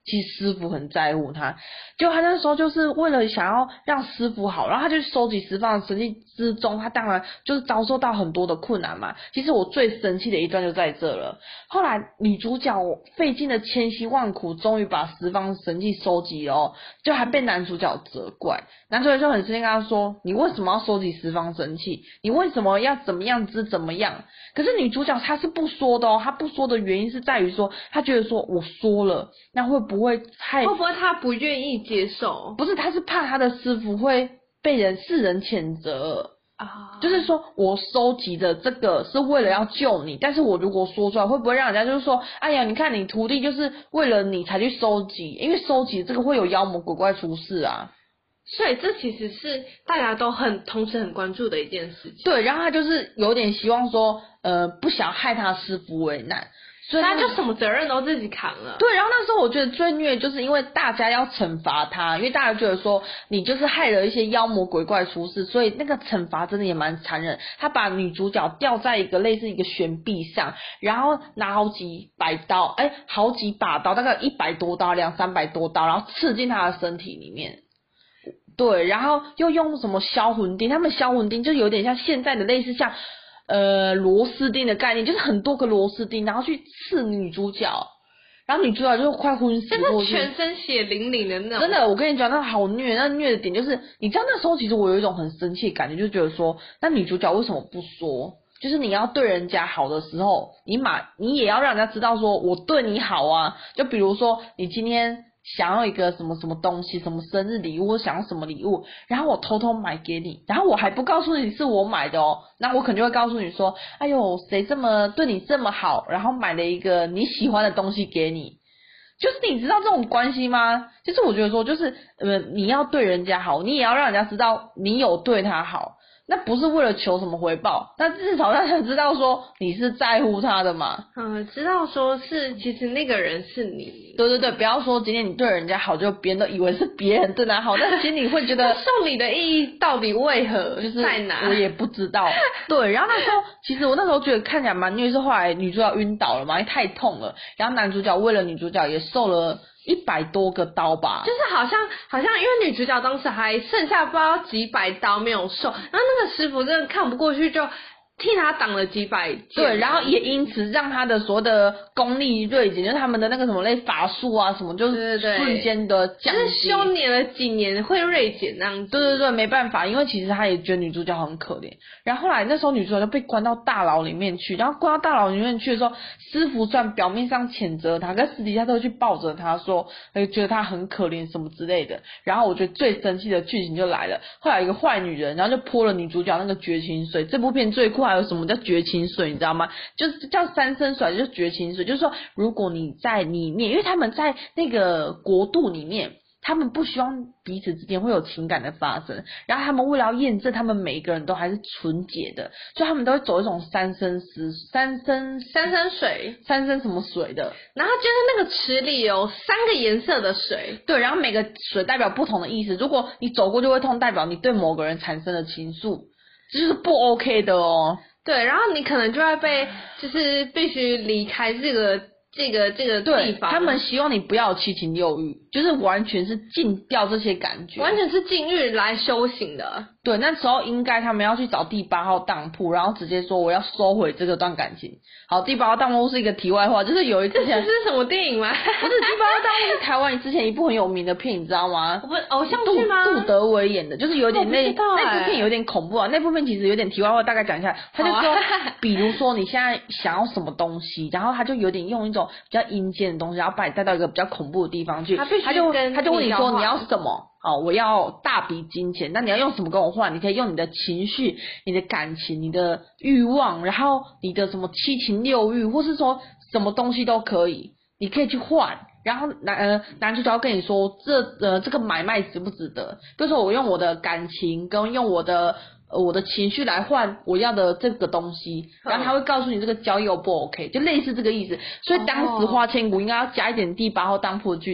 其实师傅很在乎他，结果他那时候就是为了想要让师傅好，然后他就收集十方的神器之中，他当然就是遭受到很多的困难嘛。其实我最生气的一段就在这了，后来女主角费尽了千辛万苦，终于把十方神器收集了哦，就还被男主角责怪，男主角就很生气跟他说，你为什么要收集十方神器，你为什么要怎么样之怎么样。可是女主角她是不说的哦，她不说的原因是在于说，她觉得说我说了，那会不会害会不会她不愿意接受？ 不是，她是怕她的师傅会被人世人谴责啊，就是说我收集的这个是为了要救你，但是我如果说出来，会不会让人家就是说，哎呀，你看你徒弟就是为了你才去收集，因为收集这个会有妖魔鬼怪出事啊。 所以这其实是大家都很同时很关注的一件事情。 对，然后他就是有点希望说，呃，不想害他师傅为难，所以他就什么责任都自己扛了。 对，然后那时候我觉得最虐就是因为大家要惩罚他，因为大家觉得说你就是害了一些妖魔鬼怪出事，所以那个惩罚真的也蛮残忍。他把女主角吊在一个类似一个悬臂上，然后拿好几百刀，哎，好几把刀，大概一百多刀，两三百多刀，然后刺进他的身体里面。对，然后又用什么销魂钉，他们销魂钉就有点像现在的类似像呃螺丝钉的概念，就是很多个螺丝钉，然后去刺女主角，然后女主角就快昏死过去， 真的全身血淋淋的那种。 真的，我跟你讲，那好虐，那虐的点就是，你知道那时候其实我有一种很生气的感觉，就觉得说，那女主角为什么不说？就是你要对人家好的时候，你马你也要让人家知道说我对你好啊。就比如说你今天想要一个什么什么东西，什么生日礼物，或想要什么礼物，然后我偷偷买给你，然后我还不告诉你是我买的哦，那我可能就会告诉你说，哎呦，谁这么对你这么好，然后买了一个你喜欢的东西给你。就是你知道这种关系吗？就是我觉得说，就是呃，你要对人家好，你也要让人家知道你有对他好。那不是为了求什么回报，那至少让他知道说你是在乎他的嘛。 嗯，知道说是其实那个人是你。 对对对，不要说今天你对人家好，就别人都以为是别人对他好，但心里会觉得送礼的意义到底为何就是在哪？ 我也不知道。对，然后那时候其实我那时候觉得看起来蛮虐，是后来女主角晕倒了嘛，因为太痛了，然后男主角为了女主角也受了一百多个刀吧， 就是好像好像因为女主角当时还剩下不知道几百刀没有受，然后那个师傅真的看不过去，就替他挡了几百剑。 对，然后也因此让他的所有的功力锐减，就是他们的那个什么类法术啊什么，就是瞬间的降低， 就是修炼了几年会锐减那样子。 对对对，没办法，因为其实他也觉得女主角很可怜。然后后来那时候女主角就被关到大牢里面去，然后关到大牢里面去的时候，师傅虽然表面上谴责他，可私底下都会去抱着他说，哎，觉得他很可怜什么之类的。然后我觉得最生气的剧情就来了，后来有一个坏女人，然后就泼了女主角那个绝情水。这部片最酷还有什么叫绝情水，你知道吗？就是叫三生水，就是绝情水，就是说如果你在里面，因为他们在那个国度里面，他们不希望彼此之间会有情感的发生，然后他们为了要验证他们每一个人都还是纯洁的，所以他们都会走一种三生石、三生三生水、 三生什么水的， 然后就是那个池里有三个颜色的水， 对，然后每个水代表不同的意思，如果你走过就会痛，代表你对某个人产生了情愫，这就是不 OK 的哦。 对，然后你可能就会被就是必须离开这个这个这个地方。 对，他们希望你不要有七情六欲，就是完全是禁掉这些感觉， 完全是禁欲来修行的。 对，那时候应该他们要去找第八号当铺，然后直接说我要收回这个段感情。好，第八号当铺是一个题外话，就是有一之前这是什么电影吗？ 不是，第八号当铺是台湾之前一部很有名的片，你知道吗？ 不是偶像剧吗？ 杜德伟演的，就是有点那、 欸、 那部片有点恐怖啊。那部片其实有点题外话，大概讲一下，他就说，啊、比如说你现在想要什么东西，然后他就有点用一种比较阴间的东西，然后把你带到一个比较恐怖的地方去， 他必须他就跟他就问你说你要什么。好，我要大笔金钱，那你要用什么跟我换？你可以用你的情绪、你的感情、你的欲望，然后你的什么七情六欲，或是说什么东西都可以，你可以去换。然后男呃男主角要跟你说，这呃这个买卖值不值得？比如说我用我的感情跟用我的呃我的情绪来换我要的这个东西，然后他会告诉你这个交易不 OK， 就类似这个意思。所以当时花千骨应该要加一点第八号当铺的剧情。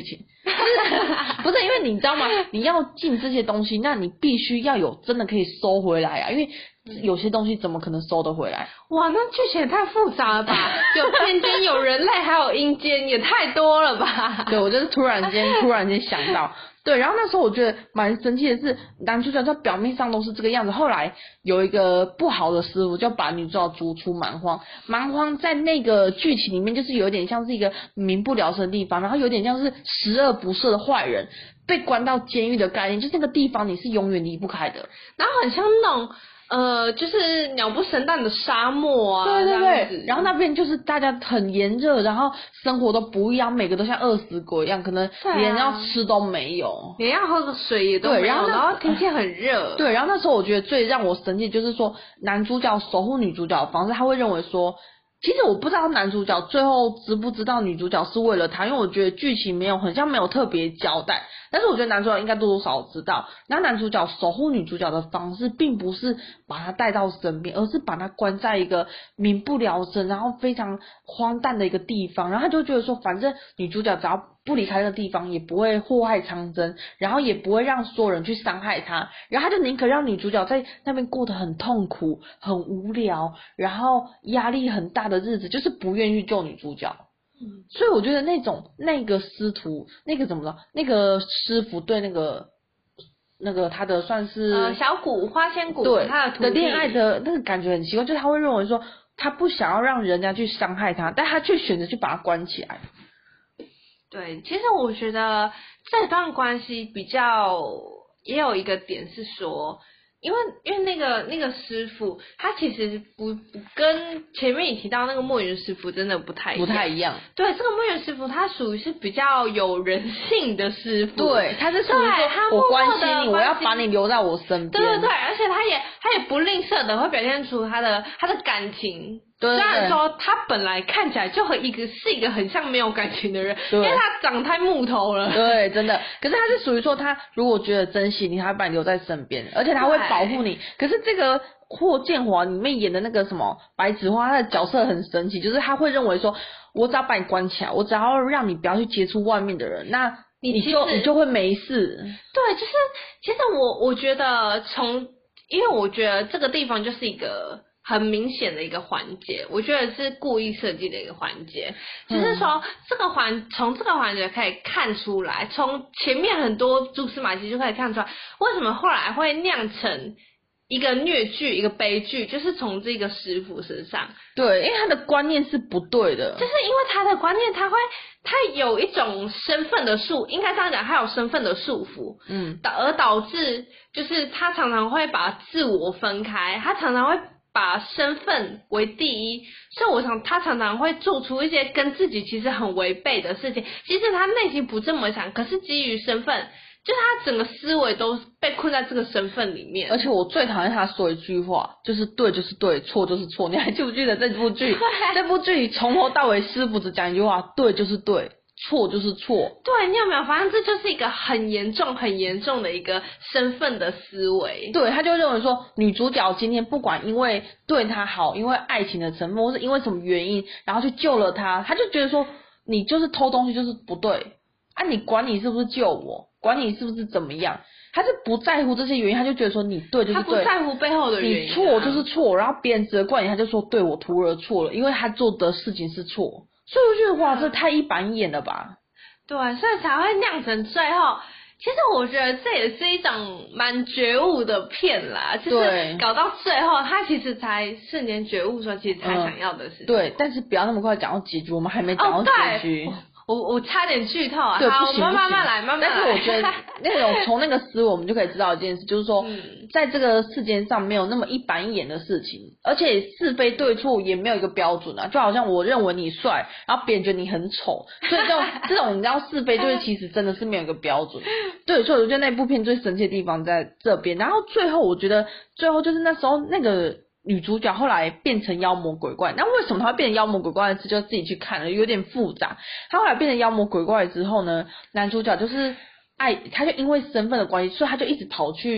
不是因为你知道吗？你要进这些东西，那你必须要有真的可以收回来啊，因为有些东西怎么可能收得回来？ 哇，那剧情也太复杂了吧？有天间，有人类，还有阴间，也太多了吧？ 对，我就是突然间突然间想到。对，然后那时候我觉得蛮生气的是，男主角在表面上都是这个样子，后来有一个不好的师傅就把女主角逐出蛮荒。蛮荒在那个剧情里面就是有点像是一个民不聊生的地方，然后有点像是十恶不赦的坏人被关到监狱的概念，就是那个地方你是永远离不开的， 然后很像那种。呃，就是鸟不生蛋的沙漠啊， 对对对，然后那边就是大家很炎热，然后生活都不一样，每个都像饿死鬼一样，可能连要吃都没有， 连要喝个水也都没有，然后然后天气很热， 对，然后那时候我觉得最让我生气就是说，男主角守护女主角的方式，他会认为说。其实我不知道男主角最后知不知道女主角是为了他，因为我觉得剧情没有很像没有特别交代，但是我觉得男主角应该多多少少知道。那男主角守护女主角的方式，并不是把她带到身边，而是把她关在一个民不聊生，然后非常荒诞的一个地方，然后他就觉得说，反正女主角只要不离开那个地方，也不会祸害苍生，然后也不会让所有人去伤害她，然后他就宁可让女主角在那边过得很痛苦、很无聊，然后压力很大的日子，就是不愿意去救女主角。嗯，所以我觉得那种那个师徒，那个怎么了？那个师傅对那个那个他的算是呃小谷花仙谷对他的的恋爱的那个感觉很奇怪，就是他会认为说他不想要让人家去伤害他，但他却选择去把他关起来。 对，其实我觉得这段关系比较也有一个点是说，因为因为那个那个师傅，他其实不不跟前面你提到那个墨云师傅真的不太一样不太一样。 对，这个墨云师傅他属于是比较有人性的师傅， 对，他是属于说我关心你，我要把你留在我身边。 对对对，而且他也他也不吝啬的会表现出他的他的感情。 对对对， 虽然说他本来看起来就很一个是一个很像没有感情的人，因为他长太木头了。 对，真的。可是他是属于说，他如果觉得珍惜你，他会把你留在身边，而且他会保护你。可是这个霍建华里面演的那个什么白纸花，他的角色很神奇，就是他会认为说，我只要把你关起来，我只要让你不要去接触外面的人，那你就你就会没事。 对，就是其实我我觉得从，因为我觉得这个地方就是一个。很明显的一个环节，我觉得是故意设计的一个环节，就是说这个环从这个环节可以看出来，从前面很多蛛丝马迹就可以看出来，为什么后来会酿成一个虐剧、一个悲剧，就是从这个师傅身上。 对，因为他的观念是不对的， 就是因为他的观念，他会他有一种身份的束，应该这样讲，他有身份的束缚， 嗯， 导而导致就是他常常会把自我分开，他常常会。把身份为第一，所以我想他常常会做出一些跟自己其实很违背的事情。其实他内心不这么想，可是基于身份，就是他整个思维都被困在这个身份里面。 而且我最讨厌他说一句话，就是对就是对，错就是错。你还记不记得这部剧？这部剧从头到尾师傅只讲一句话，对就是对。错就是错， 对，你有没有发现这就是一个很严重、很严重的一个身份的思维？ 对，他就认为说，女主角今天不管因为对他好，因为爱情的成分，或是因为什么原因，然后去救了他，他就觉得说，你就是偷东西就是不对啊，你管你是不是救我，管你是不是怎么样，他是不在乎这些原因，他就觉得说你对就是对， 他不在乎背后的原因、啊， 你错就是错，然后别人责怪你，他就说对我徒儿错了，因为他做的事情是错。所以我觉得哇，这太一板一眼了吧？ 对，所以才会酿成最后。其实我觉得这也是一种蛮觉悟的片啦，就是搞到最后，他其实才瞬间觉悟，说其实他想要的是、嗯、 对，但是不要那么快讲到结局，我们还没讲到结局。 哦我我差点剧透啊， 对， 好， 不行我们慢慢来，慢慢来。 但是我觉得那种从那个思维，我们就可以知道一件事，就是说，嗯、在这个世间上没有那么一板一眼的事情，而且是非对错也没有一个标准啊。就好像我认为你帅，然后别人觉得你很丑，所以这种这种你知道是非，就是其实真的是没有一个标准。对，所以我觉得那部片最神奇的地方在这边。然后最后我觉得最后就是那时候那个。女主角后来变成妖魔鬼怪，那为什么她会变成妖魔鬼怪的事就自己去看了，有点复杂。她后来变成妖魔鬼怪之后呢，男主角就是爱，他就因为身份的关系，所以他就一直跑去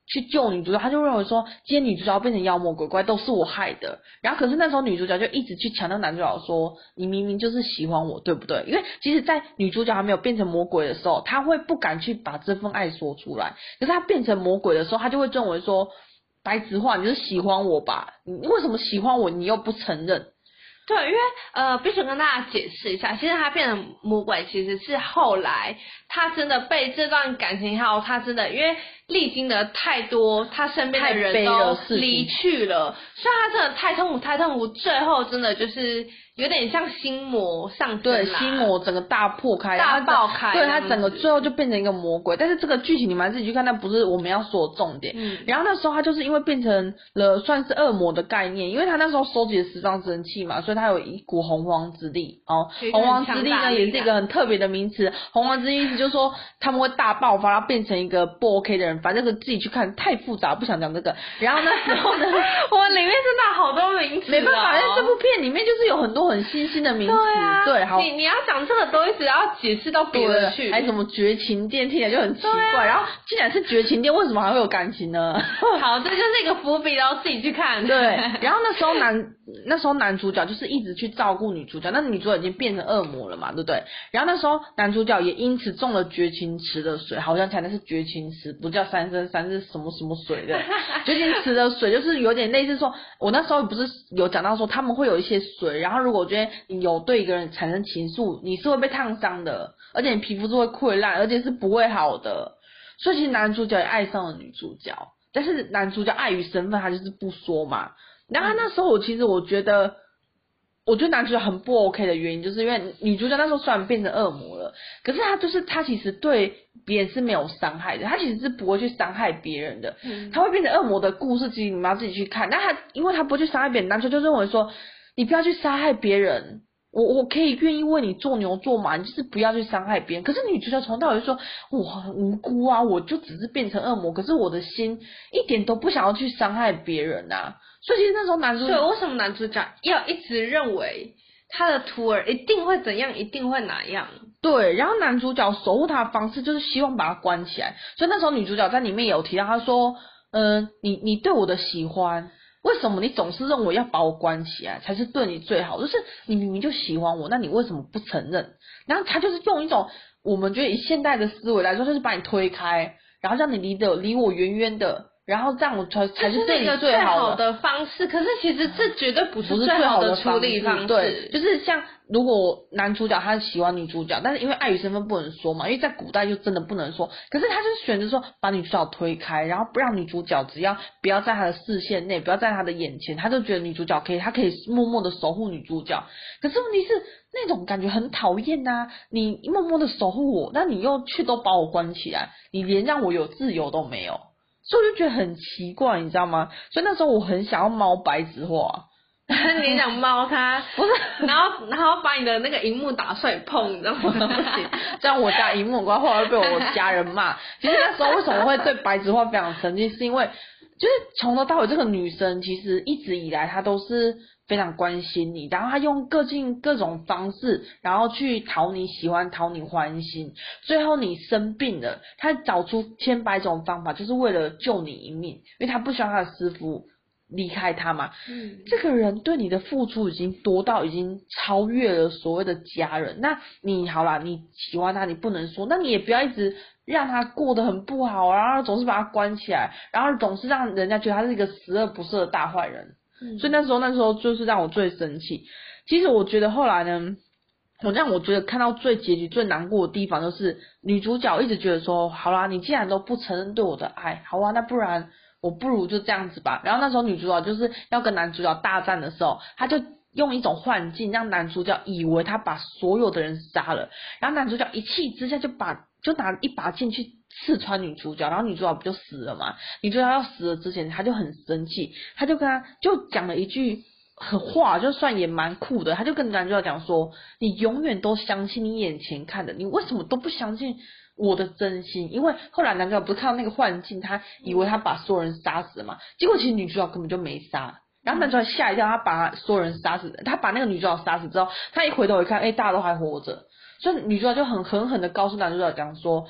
去救女主角，他就认为说今天女主角变成妖魔鬼怪都是我害的。然后可是那时候女主角就一直去强调男主角说你明明就是喜欢我对不对？因为其实在女主角还没有变成魔鬼的时候，她会不敢去把这份爱说出来，可是她变成魔鬼的时候，她就会认为说白纸话你就是喜欢我吧，你为什么喜欢我你又不承认？ 对，因为呃，必须跟大家解释一下，其实他变成魔鬼，其实是后来他真的被这段感情，还有他真的因为历经了太多，他身边的人都离去了，所以他真的太痛苦，太痛苦，最后真的就是有点像心魔上升， 对，心魔整个大破开， 大爆开， 对，他整个最后就变成一个魔鬼。但是这个剧情你们自己去看，那不是我们要说的重点。嗯，然后那时候他就是因为变成了算是恶魔的概念，因为他那时候收集了十方真气嘛，所以他有一股洪荒之力哦。洪荒之力呢也是一个很特别的名词，洪荒之力意思就是说他们会大爆发，然后变成一个不 OK 的人，反正这个自己去看太复杂，不想讲这个。然后那时候呢， 我里面真的好多名词、哦， 没办法，因为这部片里面就是有很多很新兴的名词。 对啊， 对，好， 你你要讲这个都一直要解释到别的去， 还什么绝情店，听起来就很奇怪。啊、然后既然是绝情店，为什么还会有感情呢？ 好，这就是一个伏笔，然后自己去看。 对，然后那时候男那时候男主角就是一直去照顾女主角，那女主角已经变成恶魔了嘛，对不对？然后那时候男主角也因此中了绝情池的水，好像才那是绝情池，不叫三生三世什么什么水的。绝情池的水就是有点类似说，我那时候不是有讲到说他们会有一些水，然后如果觉得你有对一个人产生情愫，你是会被烫伤的，而且你皮肤是会溃烂，而且是不会好的。所以其实男主角也爱上了女主角，但是男主角碍于身份他就是不说嘛。然后他那时候我其实我觉得我觉得男主角很不 OK 的原因就是因为女主角那时候虽然变成恶魔了，可是他就是他其实对别人是没有伤害的，他其实是不会去伤害别人的。嗯、他会变成恶魔的故事其实你们要自己去看，那他因为他不会去伤害别人，男主角就认为说你不要去杀害别人，我我可以愿意为你做牛做马，你就是不要去伤害别人。可是女主角从头到尾就说我很无辜啊，我就只是变成恶魔，可是我的心一点都不想要去伤害别人啊。所以其实那时候男主角， 所以为什么男主角要一直认为他的徒儿一定会怎样，一定会哪样？ 对，然后男主角守护他的方式就是希望把他关起来。所以那时候女主角在里面也有提到，她说嗯、呃，你你对我的喜欢，为什么你总是认为要把我关起来才是对你最好？就是你明明就喜欢我，那你为什么不承认？然后他就是用一种我们觉得以现代的思维来说，就是把你推开，然后让你离得离我远远的，然后这样我才才是对你最好的方式。可是其实这绝对不是最好的处理方式。 对，就是像如果男主角他喜欢女主角，但是因为碍于身份不能说嘛，因为在古代就真的不能说。可是他就是选择说把女主角推开，然后不让女主角只要不要在他的视线内，不要在他的眼前，他就觉得女主角可以，他可以默默的守护女主角。可是问题是那种感觉很讨厌呐，你默默的守护我，那你又却都把我关起来，你连让我有自由都没有。所以我就觉得很奇怪，你知道吗？所以那时候我很想要猫白纸化。 你想猫它不是，然后然后把你的那个荧幕打碎碰，你知道吗？不行，这样我家荧幕后来会被我家人骂。其实那时候为什么会对白纸化非常生气，是因为就是从头到尾这个女生其实一直以来她都是非常关心你，然后她用各尽各种方式，然后去讨你喜欢，讨你欢心。最后你生病了，她找出千百种方法，就是为了救你一命，因为她不希望她的师父离开他嘛。嗯，这个人对你的付出已经多到已经超越了所谓的家人。那你好啦，你喜欢他，你不能说，那你也不要一直让他过得很不好，然后总是把他关起来，然后总是让人家觉得他是一个十恶不赦的大坏人。嗯，所以那时候那时候就是让我最生气。其实我觉得后来呢，我让我觉得看到最结局最难过的地方就是女主角一直觉得说，好啦，你既然都不承认对我的爱，好啊，那不然我不如就这样子吧。然后那时候女主角就是要跟男主角大战的时候，她就用一种幻境让男主角以为他把所有的人杀了，然后男主角一气之下就把就拿一把剑去刺穿女主角，然后女主角不就死了嘛？女主角要死了之前，他就很生气，他就跟他就讲了一句很话，就算也蛮酷的，他就跟男主角讲说，你永远都相信你眼前看的，你为什么都不相信我的真心？因为后来男主角不是看到那个幻境，他以为他把所有人杀死了嘛，结果其实女主角根本就没杀。然后男主角吓一跳，他把所有人杀死，他把那个女主角杀死之后，他一回头一看，哎，大家都还活着，所以女主角就很狠狠的告诉男主角讲说，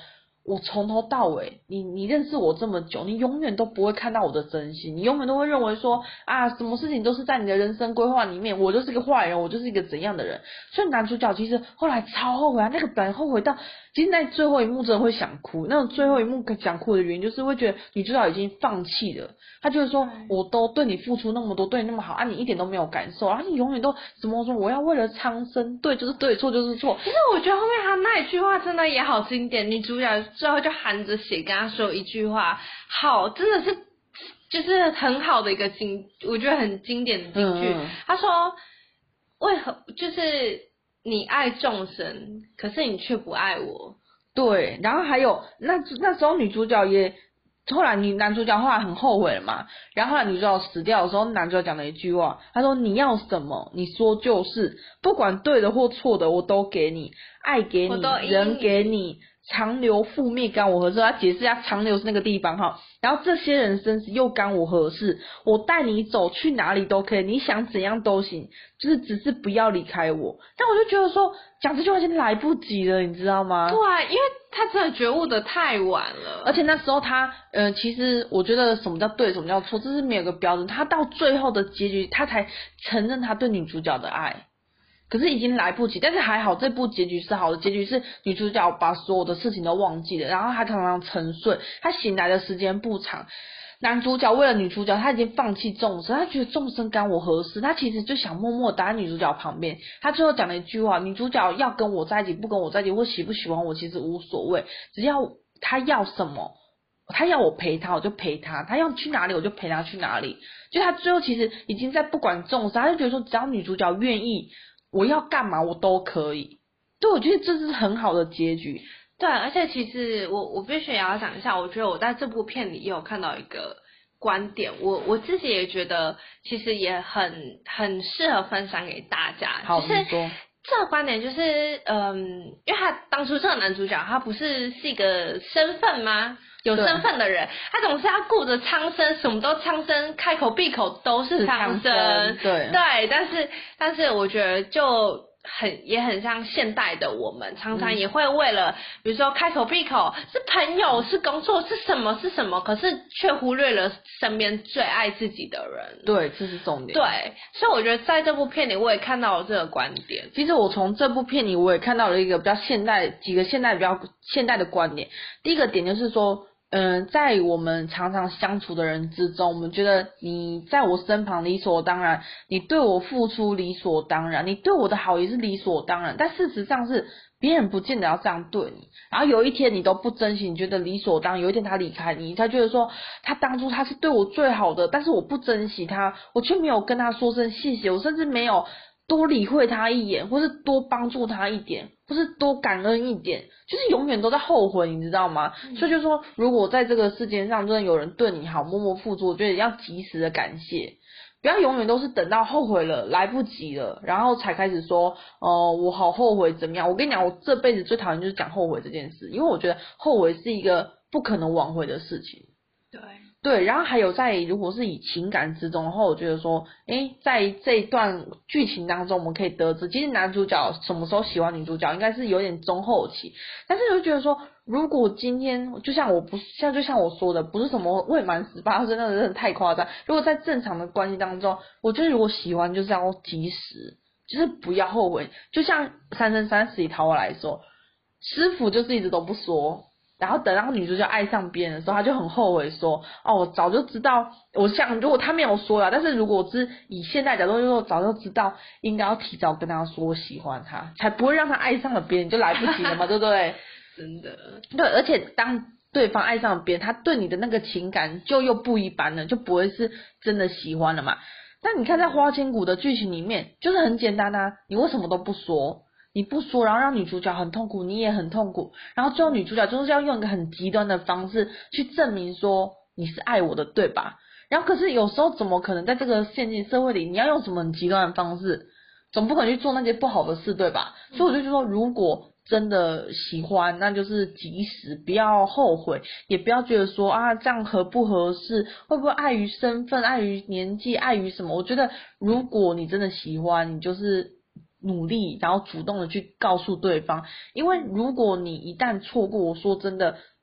我从头到尾，你你认识我这么久，你永远都不会看到我的真心，你永远都会认为说啊，什么事情都是在你的人生规划里面，我就是个坏人，我就是一个怎样的人。所以男主角其实后来超后悔啊，那个本后悔到，其实在最后一幕真的会想哭。那种最后一幕想哭的原因，就是会觉得女主角已经放弃了，他就是说我都对你付出那么多，对你那么好啊，你一点都没有感受，然后你永远都怎么说我要为了苍生，对就是对，错就是错。 其实我觉得后面他那一句话真的也好经典，女主角最后就含着血跟他说一句话，好，真的是就是很好的一个经，我觉得很经典的金句。嗯、他说，为何就是你爱众生，可是你却不爱我？ 对，然后还有那那时候女主角也。后来女男主角后来很后悔了嘛，然后后来女主角死掉的时候，男主角讲了一句话，他说你要什么你说就是，不管对的或错的我都给你，爱给你，人给你，长流覆灭干我何事？他解释一下长流是那个地方哈，然后这些人生死又干我何事？我带你走去哪里都可以，你想怎样都行，就是只是不要离开我。但我就觉得说讲这句话已经来不及了，你知道吗？ 对，因为他真的觉悟的太晚了， 而且那时候他，呃，其实我觉得什么叫对，什么叫错，这是没有个标准。他到最后的结局，他才承认他对女主角的爱，可是已经来不及。但是还好，这部结局是好的，结局是女主角把所有的事情都忘记了，然后她常常沉睡，她醒来的时间不长。男主角为了女主角，他已经放弃众生，他觉得众生干我何事？他其实就想默默待在女主角旁边。他最后讲了一句话：女主角要跟我在一起，不跟我在一起，或喜不喜欢我，其实无所谓，只要他要什么，他要我陪他，我就陪他；他要去哪里，我就陪他去哪里。就他最后其实已经在不管众生，他就觉得说，只要女主角愿意，我要干嘛我都可以。对，我觉得这是很好的结局。 对，而且其实我我必须也要讲一下，我觉得我在这部片里也有看到一个观点，我我自己也觉得其实也很很适合分享给大家。 好， 就是你说。 这个观点就是，嗯，因为他当初这个男主角他不是是一个身份吗？有身份的人，他总是要顾着苍生，什么都苍生，开口闭口都是苍生。 对对，但是但是我觉得就。很也很像现代的我们，常常也会为了、嗯、比如说开口闭口是朋友是工作是什么是什么，可是却忽略了身边最爱自己的人。 对，这是重点。 对，所以我觉得在这部片里我也看到了这个观点。 其实我从这部片里我也看到了一个比较现代几个现代比较现代的观点。第一个点就是说嗯、呃，在我们常常相处的人之中，我们觉得你在我身旁理所当然，你对我付出理所当然，你对我的好也是理所当然，但事实上是别人不见得要这样对你。然后有一天你都不珍惜，你觉得理所当然，有一天他离开你，他觉得说他当初他是对我最好的，但是我不珍惜他，我却没有跟他说声谢谢，我甚至没有多理会他一眼，或是多帮助他一点，或是多感恩一点，就是永远都在后悔，你知道吗？嗯、所以就说，如果在这个世界上真的有人对你好，默默付出，我觉得要及时的感谢，不要永远都是等到后悔了，来不及了，然后才开始说，哦、呃，我好后悔怎么样？我跟你讲，我这辈子最讨厌就是讲后悔这件事，因为我觉得后悔是一个不可能挽回的事情。 对。 对，然后还有在如果是以情感之中的话，我觉得说，诶，在这一段剧情当中，我们可以得知，其实男主角什么时候喜欢女主角，应该是有点中后期。但是我就觉得说，如果今天就像我不像就像我说的，不是什么未满十八岁，那真的太夸张。如果在正常的关系当中，我觉得如果喜欢就是要及时，就是不要后悔。就像《三生三世》里桃花来说，师傅就是一直都不说。然后等到女主角爱上别人的时候，他就很后悔说，哦，我早就知道，我想如果他没有说啦，但是如果我是以现在角度，就是我早就知道应该要提早跟他说我喜欢他，才不会让他爱上了别人就来不及了嘛，对不对？ 真的。 对，而且当对方爱上了别人，他对你的那个情感就又不一般了，就不会是真的喜欢了嘛。但你看在花千骨的剧情里面，就是很简单啊，你为什么都不说？你不说，然后让女主角很痛苦，你也很痛苦，然后最后女主角就是要用一个很极端的方式去证明说你是爱我的，对吧？然后可是有时候怎么可能在这个现今社会里，你要用什么很极端的方式，总不可能去做那些不好的事，对吧？所以我就说，如果真的喜欢，那就是及时，不要后悔，也不要觉得说啊这样合不合适，会不会碍于身份、碍于年纪、碍于什么？我觉得如果你真的喜欢，你就是努力，然后主动的去告诉对方，因为如果你一旦错过，我说真的，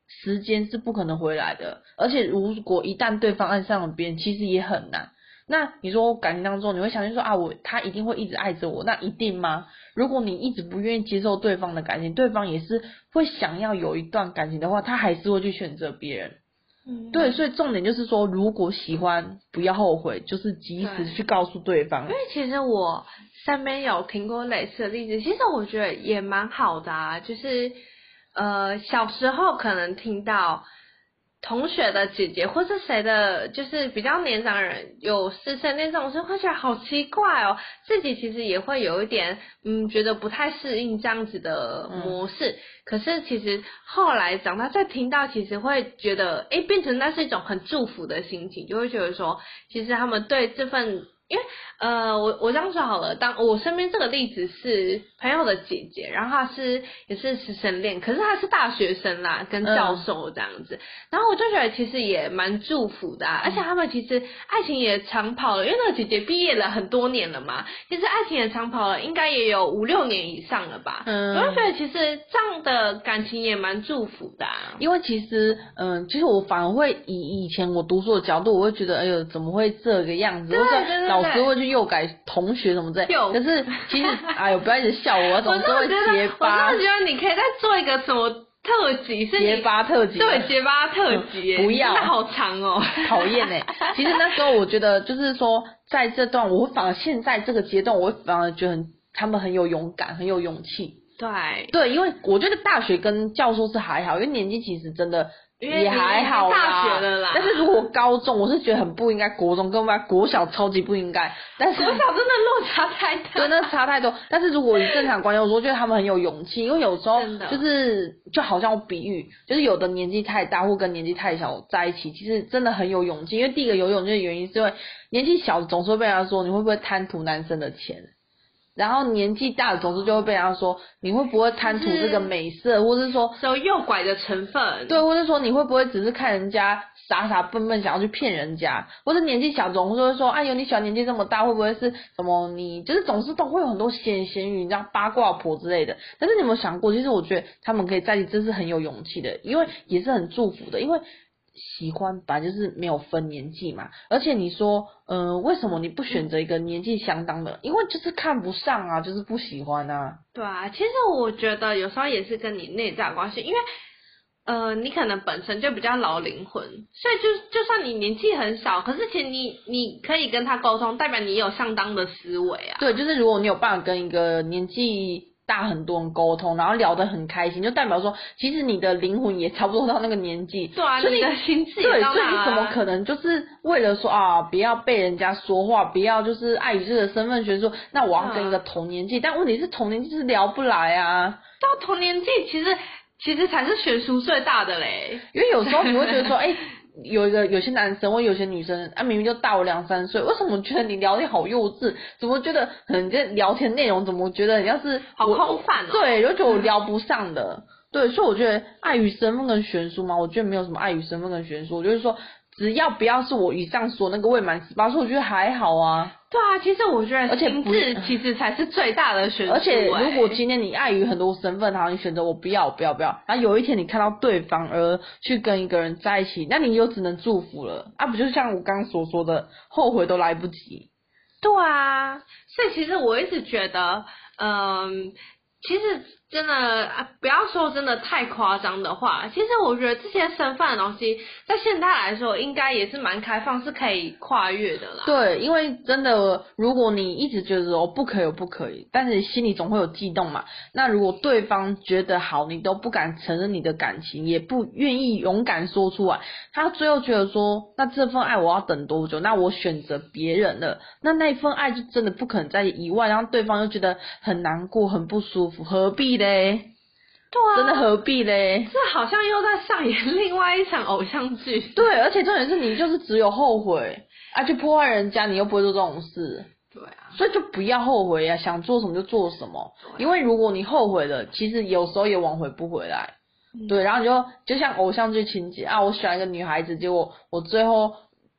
时间是不可能回来的，而且如果一旦对方爱上了别人，其实也很难。那你说感情当中，你会相信说啊，我他一定会一直爱着我，那一定吗？如果你一直不愿意接受对方的感情，对方也是会想要有一段感情的话，他还是会去选择别人。嗯，对，所以重点就是说，如果喜欢，不要后悔，就是及时去告诉对方。 因为其实我身边有听过类似的例子，其实我觉得也蛮好的啊，就是呃小时候可能听到同学的姐姐或是谁的，就是比较年长的人有师生恋这种事，会觉得好奇怪哦，自己其实也会有一点嗯觉得不太适应这样子的模式。嗯，可是其实后来长大再听到，其实会觉得诶变成那是一种很祝福的心情，就会觉得说其实他们对这份，因为呃我我这样说好了，当我身边这个例子是朋友的姐姐，然后她是也是师生恋，可是她是大学生啦，跟教授这样子，嗯，然后我就觉得其实也蛮祝福的啊，而且他们其实爱情也长跑了，因为那个姐姐毕业了很多年了嘛，其实爱情也长跑了，应该也有五六年以上了吧。嗯，我就觉得其实这样的感情也蛮祝福的啊。 因为其实嗯，其实我反而会以以前我读书的角度，我会觉得哎呦怎么会这个样子，或者老师会去诱改同学什么之类，可是其实哎呦不要一直笑我，总是会结巴。 我真的觉得你可以再做一个什么特辑，是结巴特辑， 对，结巴特辑， 不要， 好长哦， 讨厌哎。其实那时候我觉得就是说，在这段我反而现在这个阶段，我反而觉得很他们很有勇敢，很有勇气。 对对，因为我觉得大学跟教授是还好，因为年纪其实真的也还好啦， 大学了啦。 但是如果高中，我是觉得很不应该，国中跟国小超级不应该。但是国小真的落差太大， 真的差太多。但是如果以正常关系，我觉得他们很有勇气，因为有时候就是就好像我比喻，就是有的年纪太大或跟年纪太小在一起，其实真的很有勇气。因为第一个有勇气的原因是因为年纪小总是会被人家说你会不会贪图男生的钱。然后年纪大的总是就会被人家说你会不会贪图这个美色，或是说有诱拐的成分， 对，或是说你会不会只是看人家傻傻笨笨想要去骗人家，或者年纪小总是会说哎呦你小年纪这么大会不会是什么，你就是总是都会有很多闲闲语，你知道八卦婆之类的。但是你有没有想过，其实我觉得他们可以在一起，这是很有勇气的，因为也是很祝福的，因为喜欢本来就是没有分年纪嘛，而且你说呃为什么你不选择一个年纪相当的？因为就是看不上啊，就是不喜欢啊。 对啊，其实我觉得有时候也是跟你内在有关系，因为呃你可能本身就比较老灵魂，所以就就算你年纪很小，可是其实你你可以跟他沟通，代表你有相当的思维啊。 对，就是如果你有办法跟一个年纪大很多人沟通，然后聊得很开心，就代表说其实你的灵魂也差不多到那个年纪。 对啊，你的心智也到哪啊？ 对，所以你怎么可能就是为了说啊不要被人家说话，不要就是碍于这个身份悬殊，那我要跟一个同年纪，嗯，但问题是同年纪是聊不来啊。 到同年纪其实其实才是悬殊最大的嘞， 因为有时候你会觉得说哎有一个有些男生或有些女生啊，明明就大我两三岁，为什么觉得你聊天好幼稚？怎么觉得你这聊天内容怎么觉得你要是好空泛哦？ 对，就觉得我聊不上的。对，所以我觉得碍于身份跟悬殊嘛，我觉得没有什么碍于身份跟悬殊，我就是说只要不要是我以上说那个未满十八岁，我觉得还好啊。 对啊，其实我觉得心智其实才是最大的悬殊，欸。 而且如果今天你碍于很多身份，然后你选择我不要不要不要，然后有一天你看到对方而去跟一个人在一起，那你就只能祝福了啊！不就像我刚刚所说的，后悔都来不及。 对啊，所以其实我一直觉得，嗯，其实真的啊，不要说真的太夸张的话，其实我觉得这些身份的东西，在现代来说，应该也是蛮开放，是可以跨越的啦。 对，因为真的，如果你一直觉得哦不可以，不可以，但是心里总会有悸动嘛。那如果对方觉得好，你都不敢承认你的感情，也不愿意勇敢说出来，他最后觉得说，那这份爱我要等多久？那我选择别人了，那那份爱就真的不可能再以外，然后对方又觉得很难过、很不舒服，何必呢？对啊， 真的何必嘞？ 这好像又在上演另外一场偶像剧。 对，而且重点是你就是只有后悔啊，去破坏人家，你又不会做这种事。 对啊， 所以就不要后悔啊，想做什么就做什么。啊、因为如果你后悔了，其实有时候也挽回不回来。嗯、对，然后你就就像偶像剧情节啊，我喜欢一个女孩子，结果我最后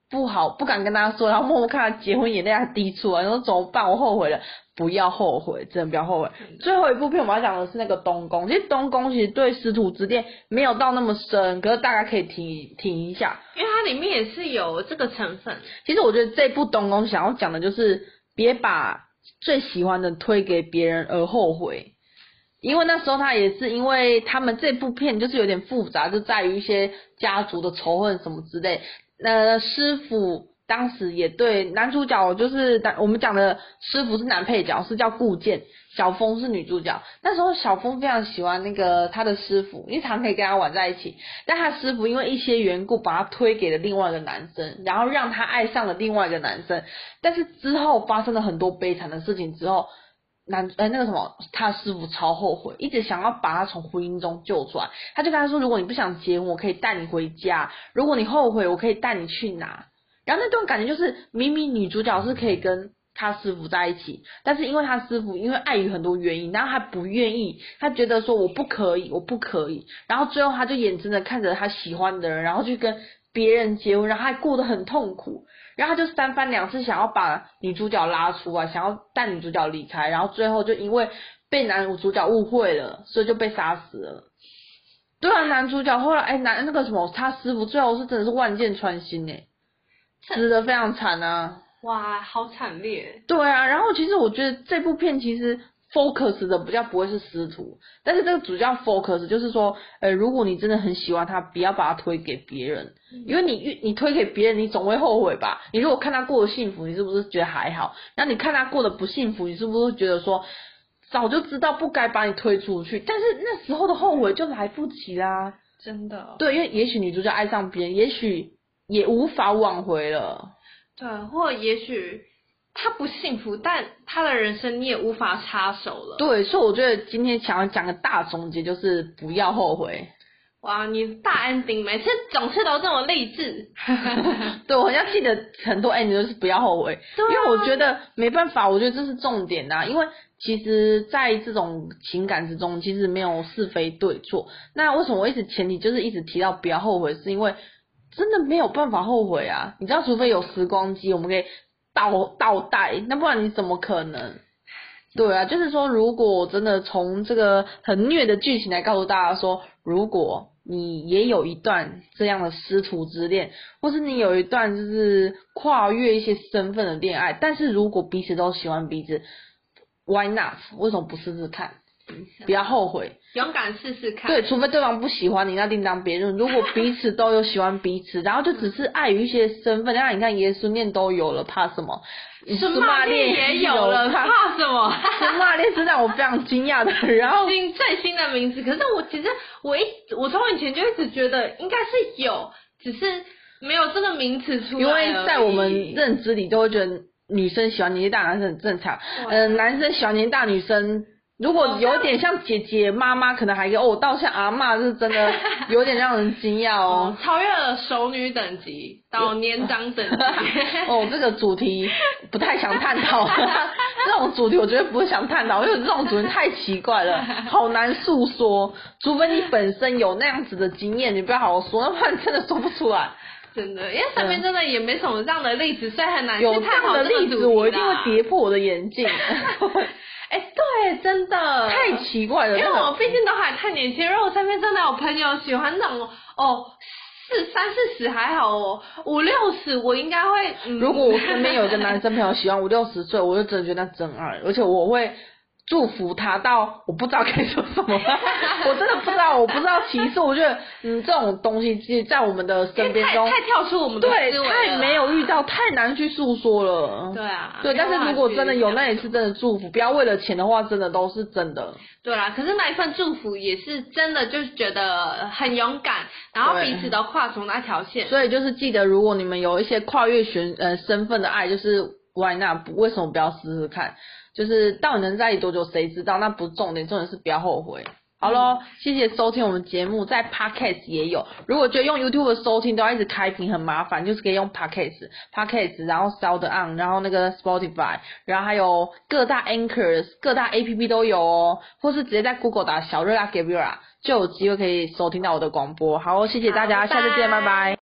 不好不敢跟他说，然后默默看他结婚眼泪他滴出来，然后怎么办？我后悔了。不要后悔，真的不要后悔。最后一部片我们要讲的是那个东宫，其实东宫其实对师徒之恋没有到那么深，可是大家可以听听一下， 因为它里面也是有这个成分。 其实我觉得这部东宫想要讲的就是别把最喜欢的推给别人而后悔，因为那时候他也是因为他们这部片就是有点复杂，就在于一些家族的仇恨什么之类。呃，师傅当时也对男主角，就是我们讲的师傅是男配角，是叫顾剑，小峰是女主角。那时候小峰非常喜欢那个他的师傅，因为常可以跟他玩在一起。但他师傅因为一些缘故把他推给了另外一个男生，然后让他爱上了另外一个男生。但是之后发生了很多悲惨的事情之后，男呃那个什么，他师傅超后悔，一直想要把他从婚姻中救出来。他就跟他说，如果你不想结婚，我可以带你回家；如果你后悔，我可以带你去哪。然后那段感觉就是，明明女主角是可以跟他师傅在一起，但是因为他师傅因为碍于很多原因，然后他不愿意，他觉得说我不可以，我不可以。然后最后他就眼睁睁看着他喜欢的人，然后去跟别人结婚，然后还过得很痛苦。然后他就三番两次想要把女主角拉出来，想要带女主角离开，然后最后就因为被男主角误会了，所以就被杀死了。对啊，男主角后来哎男那个什么，他师傅最后是真的是万箭穿心哎，死得非常惨啊！ 哇，好惨烈。 对啊，然后其实我觉得这部片其实 focus 的比较不会是师徒，但是这个主要 focus 就是说，呃，如果你真的很喜欢他，不要把他推给别人，因为你你推给别人，你总会后悔吧？你如果看他过得幸福，你是不是觉得还好？然后你看他过得不幸福，你是不是觉得说，早就知道不该把你推出去？但是那时候的后悔就来不及啦， 真的。 对，因为也许女主角爱上别人，也许也无法挽回了。 对，或也许他不幸福，但他的人生你也无法插手了。 对，所以我觉得今天想要讲个大总结，就是不要后悔。 哇，你大 ending 每次总是都这么励志。 对，我好像记得很多 ending 都是不要后悔， 对啊， 因为我觉得没办法，我觉得这是重点啊。因为其实在这种情感之中，其实没有是非对错。那为什么我一直前提就是一直提到不要后悔，是因为真的没有办法后悔啊！你知道，除非有时光机，我们可以倒倒带，那不然你怎么可能？对啊，就是说，如果真的从这个很虐的剧情来告诉大家说，如果你也有一段这样的师徒之恋，或是你有一段就是跨越一些身份的恋爱，但是如果彼此都喜欢彼此 ，Why not？ 为什么不试试看？不要后悔， 勇敢试试看。 对，除非对方不喜欢你，那另当别论。如果彼此都有喜欢彼此，然后就只是碍于一些身份，那你看耶稣念都有了，怕什么？ 孙骂恋也有了，怕什么？ 孙骂恋是让我非常惊讶的。然后新最新的名字，可是我其实我一我从以前就一直觉得应该是有，只是没有这个名词出来。 因为在我们认知里，都会觉得女生喜欢年纪大男生很正常，呃，男生喜欢年纪大女生。如果有点像姐姐妈妈，可能还可以哦，到像阿嬷是真的有点让人惊讶哦， 超越了熟女等级到年长等级。 哦，这个主题不太想探讨，这种主题我觉得不会想探讨，因为这种主题太奇怪了，好难诉说，除非你本身有那样子的经验，你不要好好说，要不然真的说不出来。 真的，因为身边真的也没什么这样的例子，所以很难去有这样的例子，我一定会跌破我的眼镜。 哎、欸，对，真的太奇怪了， 因为我毕竟都还太年轻，如果身边真的有朋友喜欢那种哦，四三四十还好哦，五六十我应该会、嗯。 如果我身边有一个男生朋友喜欢五六十岁，我就真的觉得那真爱，而且我会祝福他到我不知道该说什么，我真的不知道，我不知道歧视，我觉得嗯这种东西其实在我们的身边中太太跳出我们的思维了， 对，太没有遇到，太难去诉说了。 对啊， 对，但是如果真的有，那也是真的祝福，不要为了钱的话，真的都是真的。 对啦，可是那一份祝福也是真的，就是觉得很勇敢，然后彼此都跨出那条线。 所以就是记得，如果你们有一些跨越选呃身份的爱，就是 why not？ 为什么不要试试看？就是到底能在一起多久谁知道，那不是重点，重点是不要后悔。好咯，谢谢收听我们节目，在 Podcast 也有。如果觉得用 YouTube 收听都要一直开屏很麻烦，就是可以用 Podcast Podcast 然后 SoundOn 然后那个 Spotify 然后还有各大 Anchors 各大 A P P 都有哦，或是直接在 Google 打小热辣 Gabriela 就有机会可以收听到我的广播。好，谢谢大家，下次见，拜拜。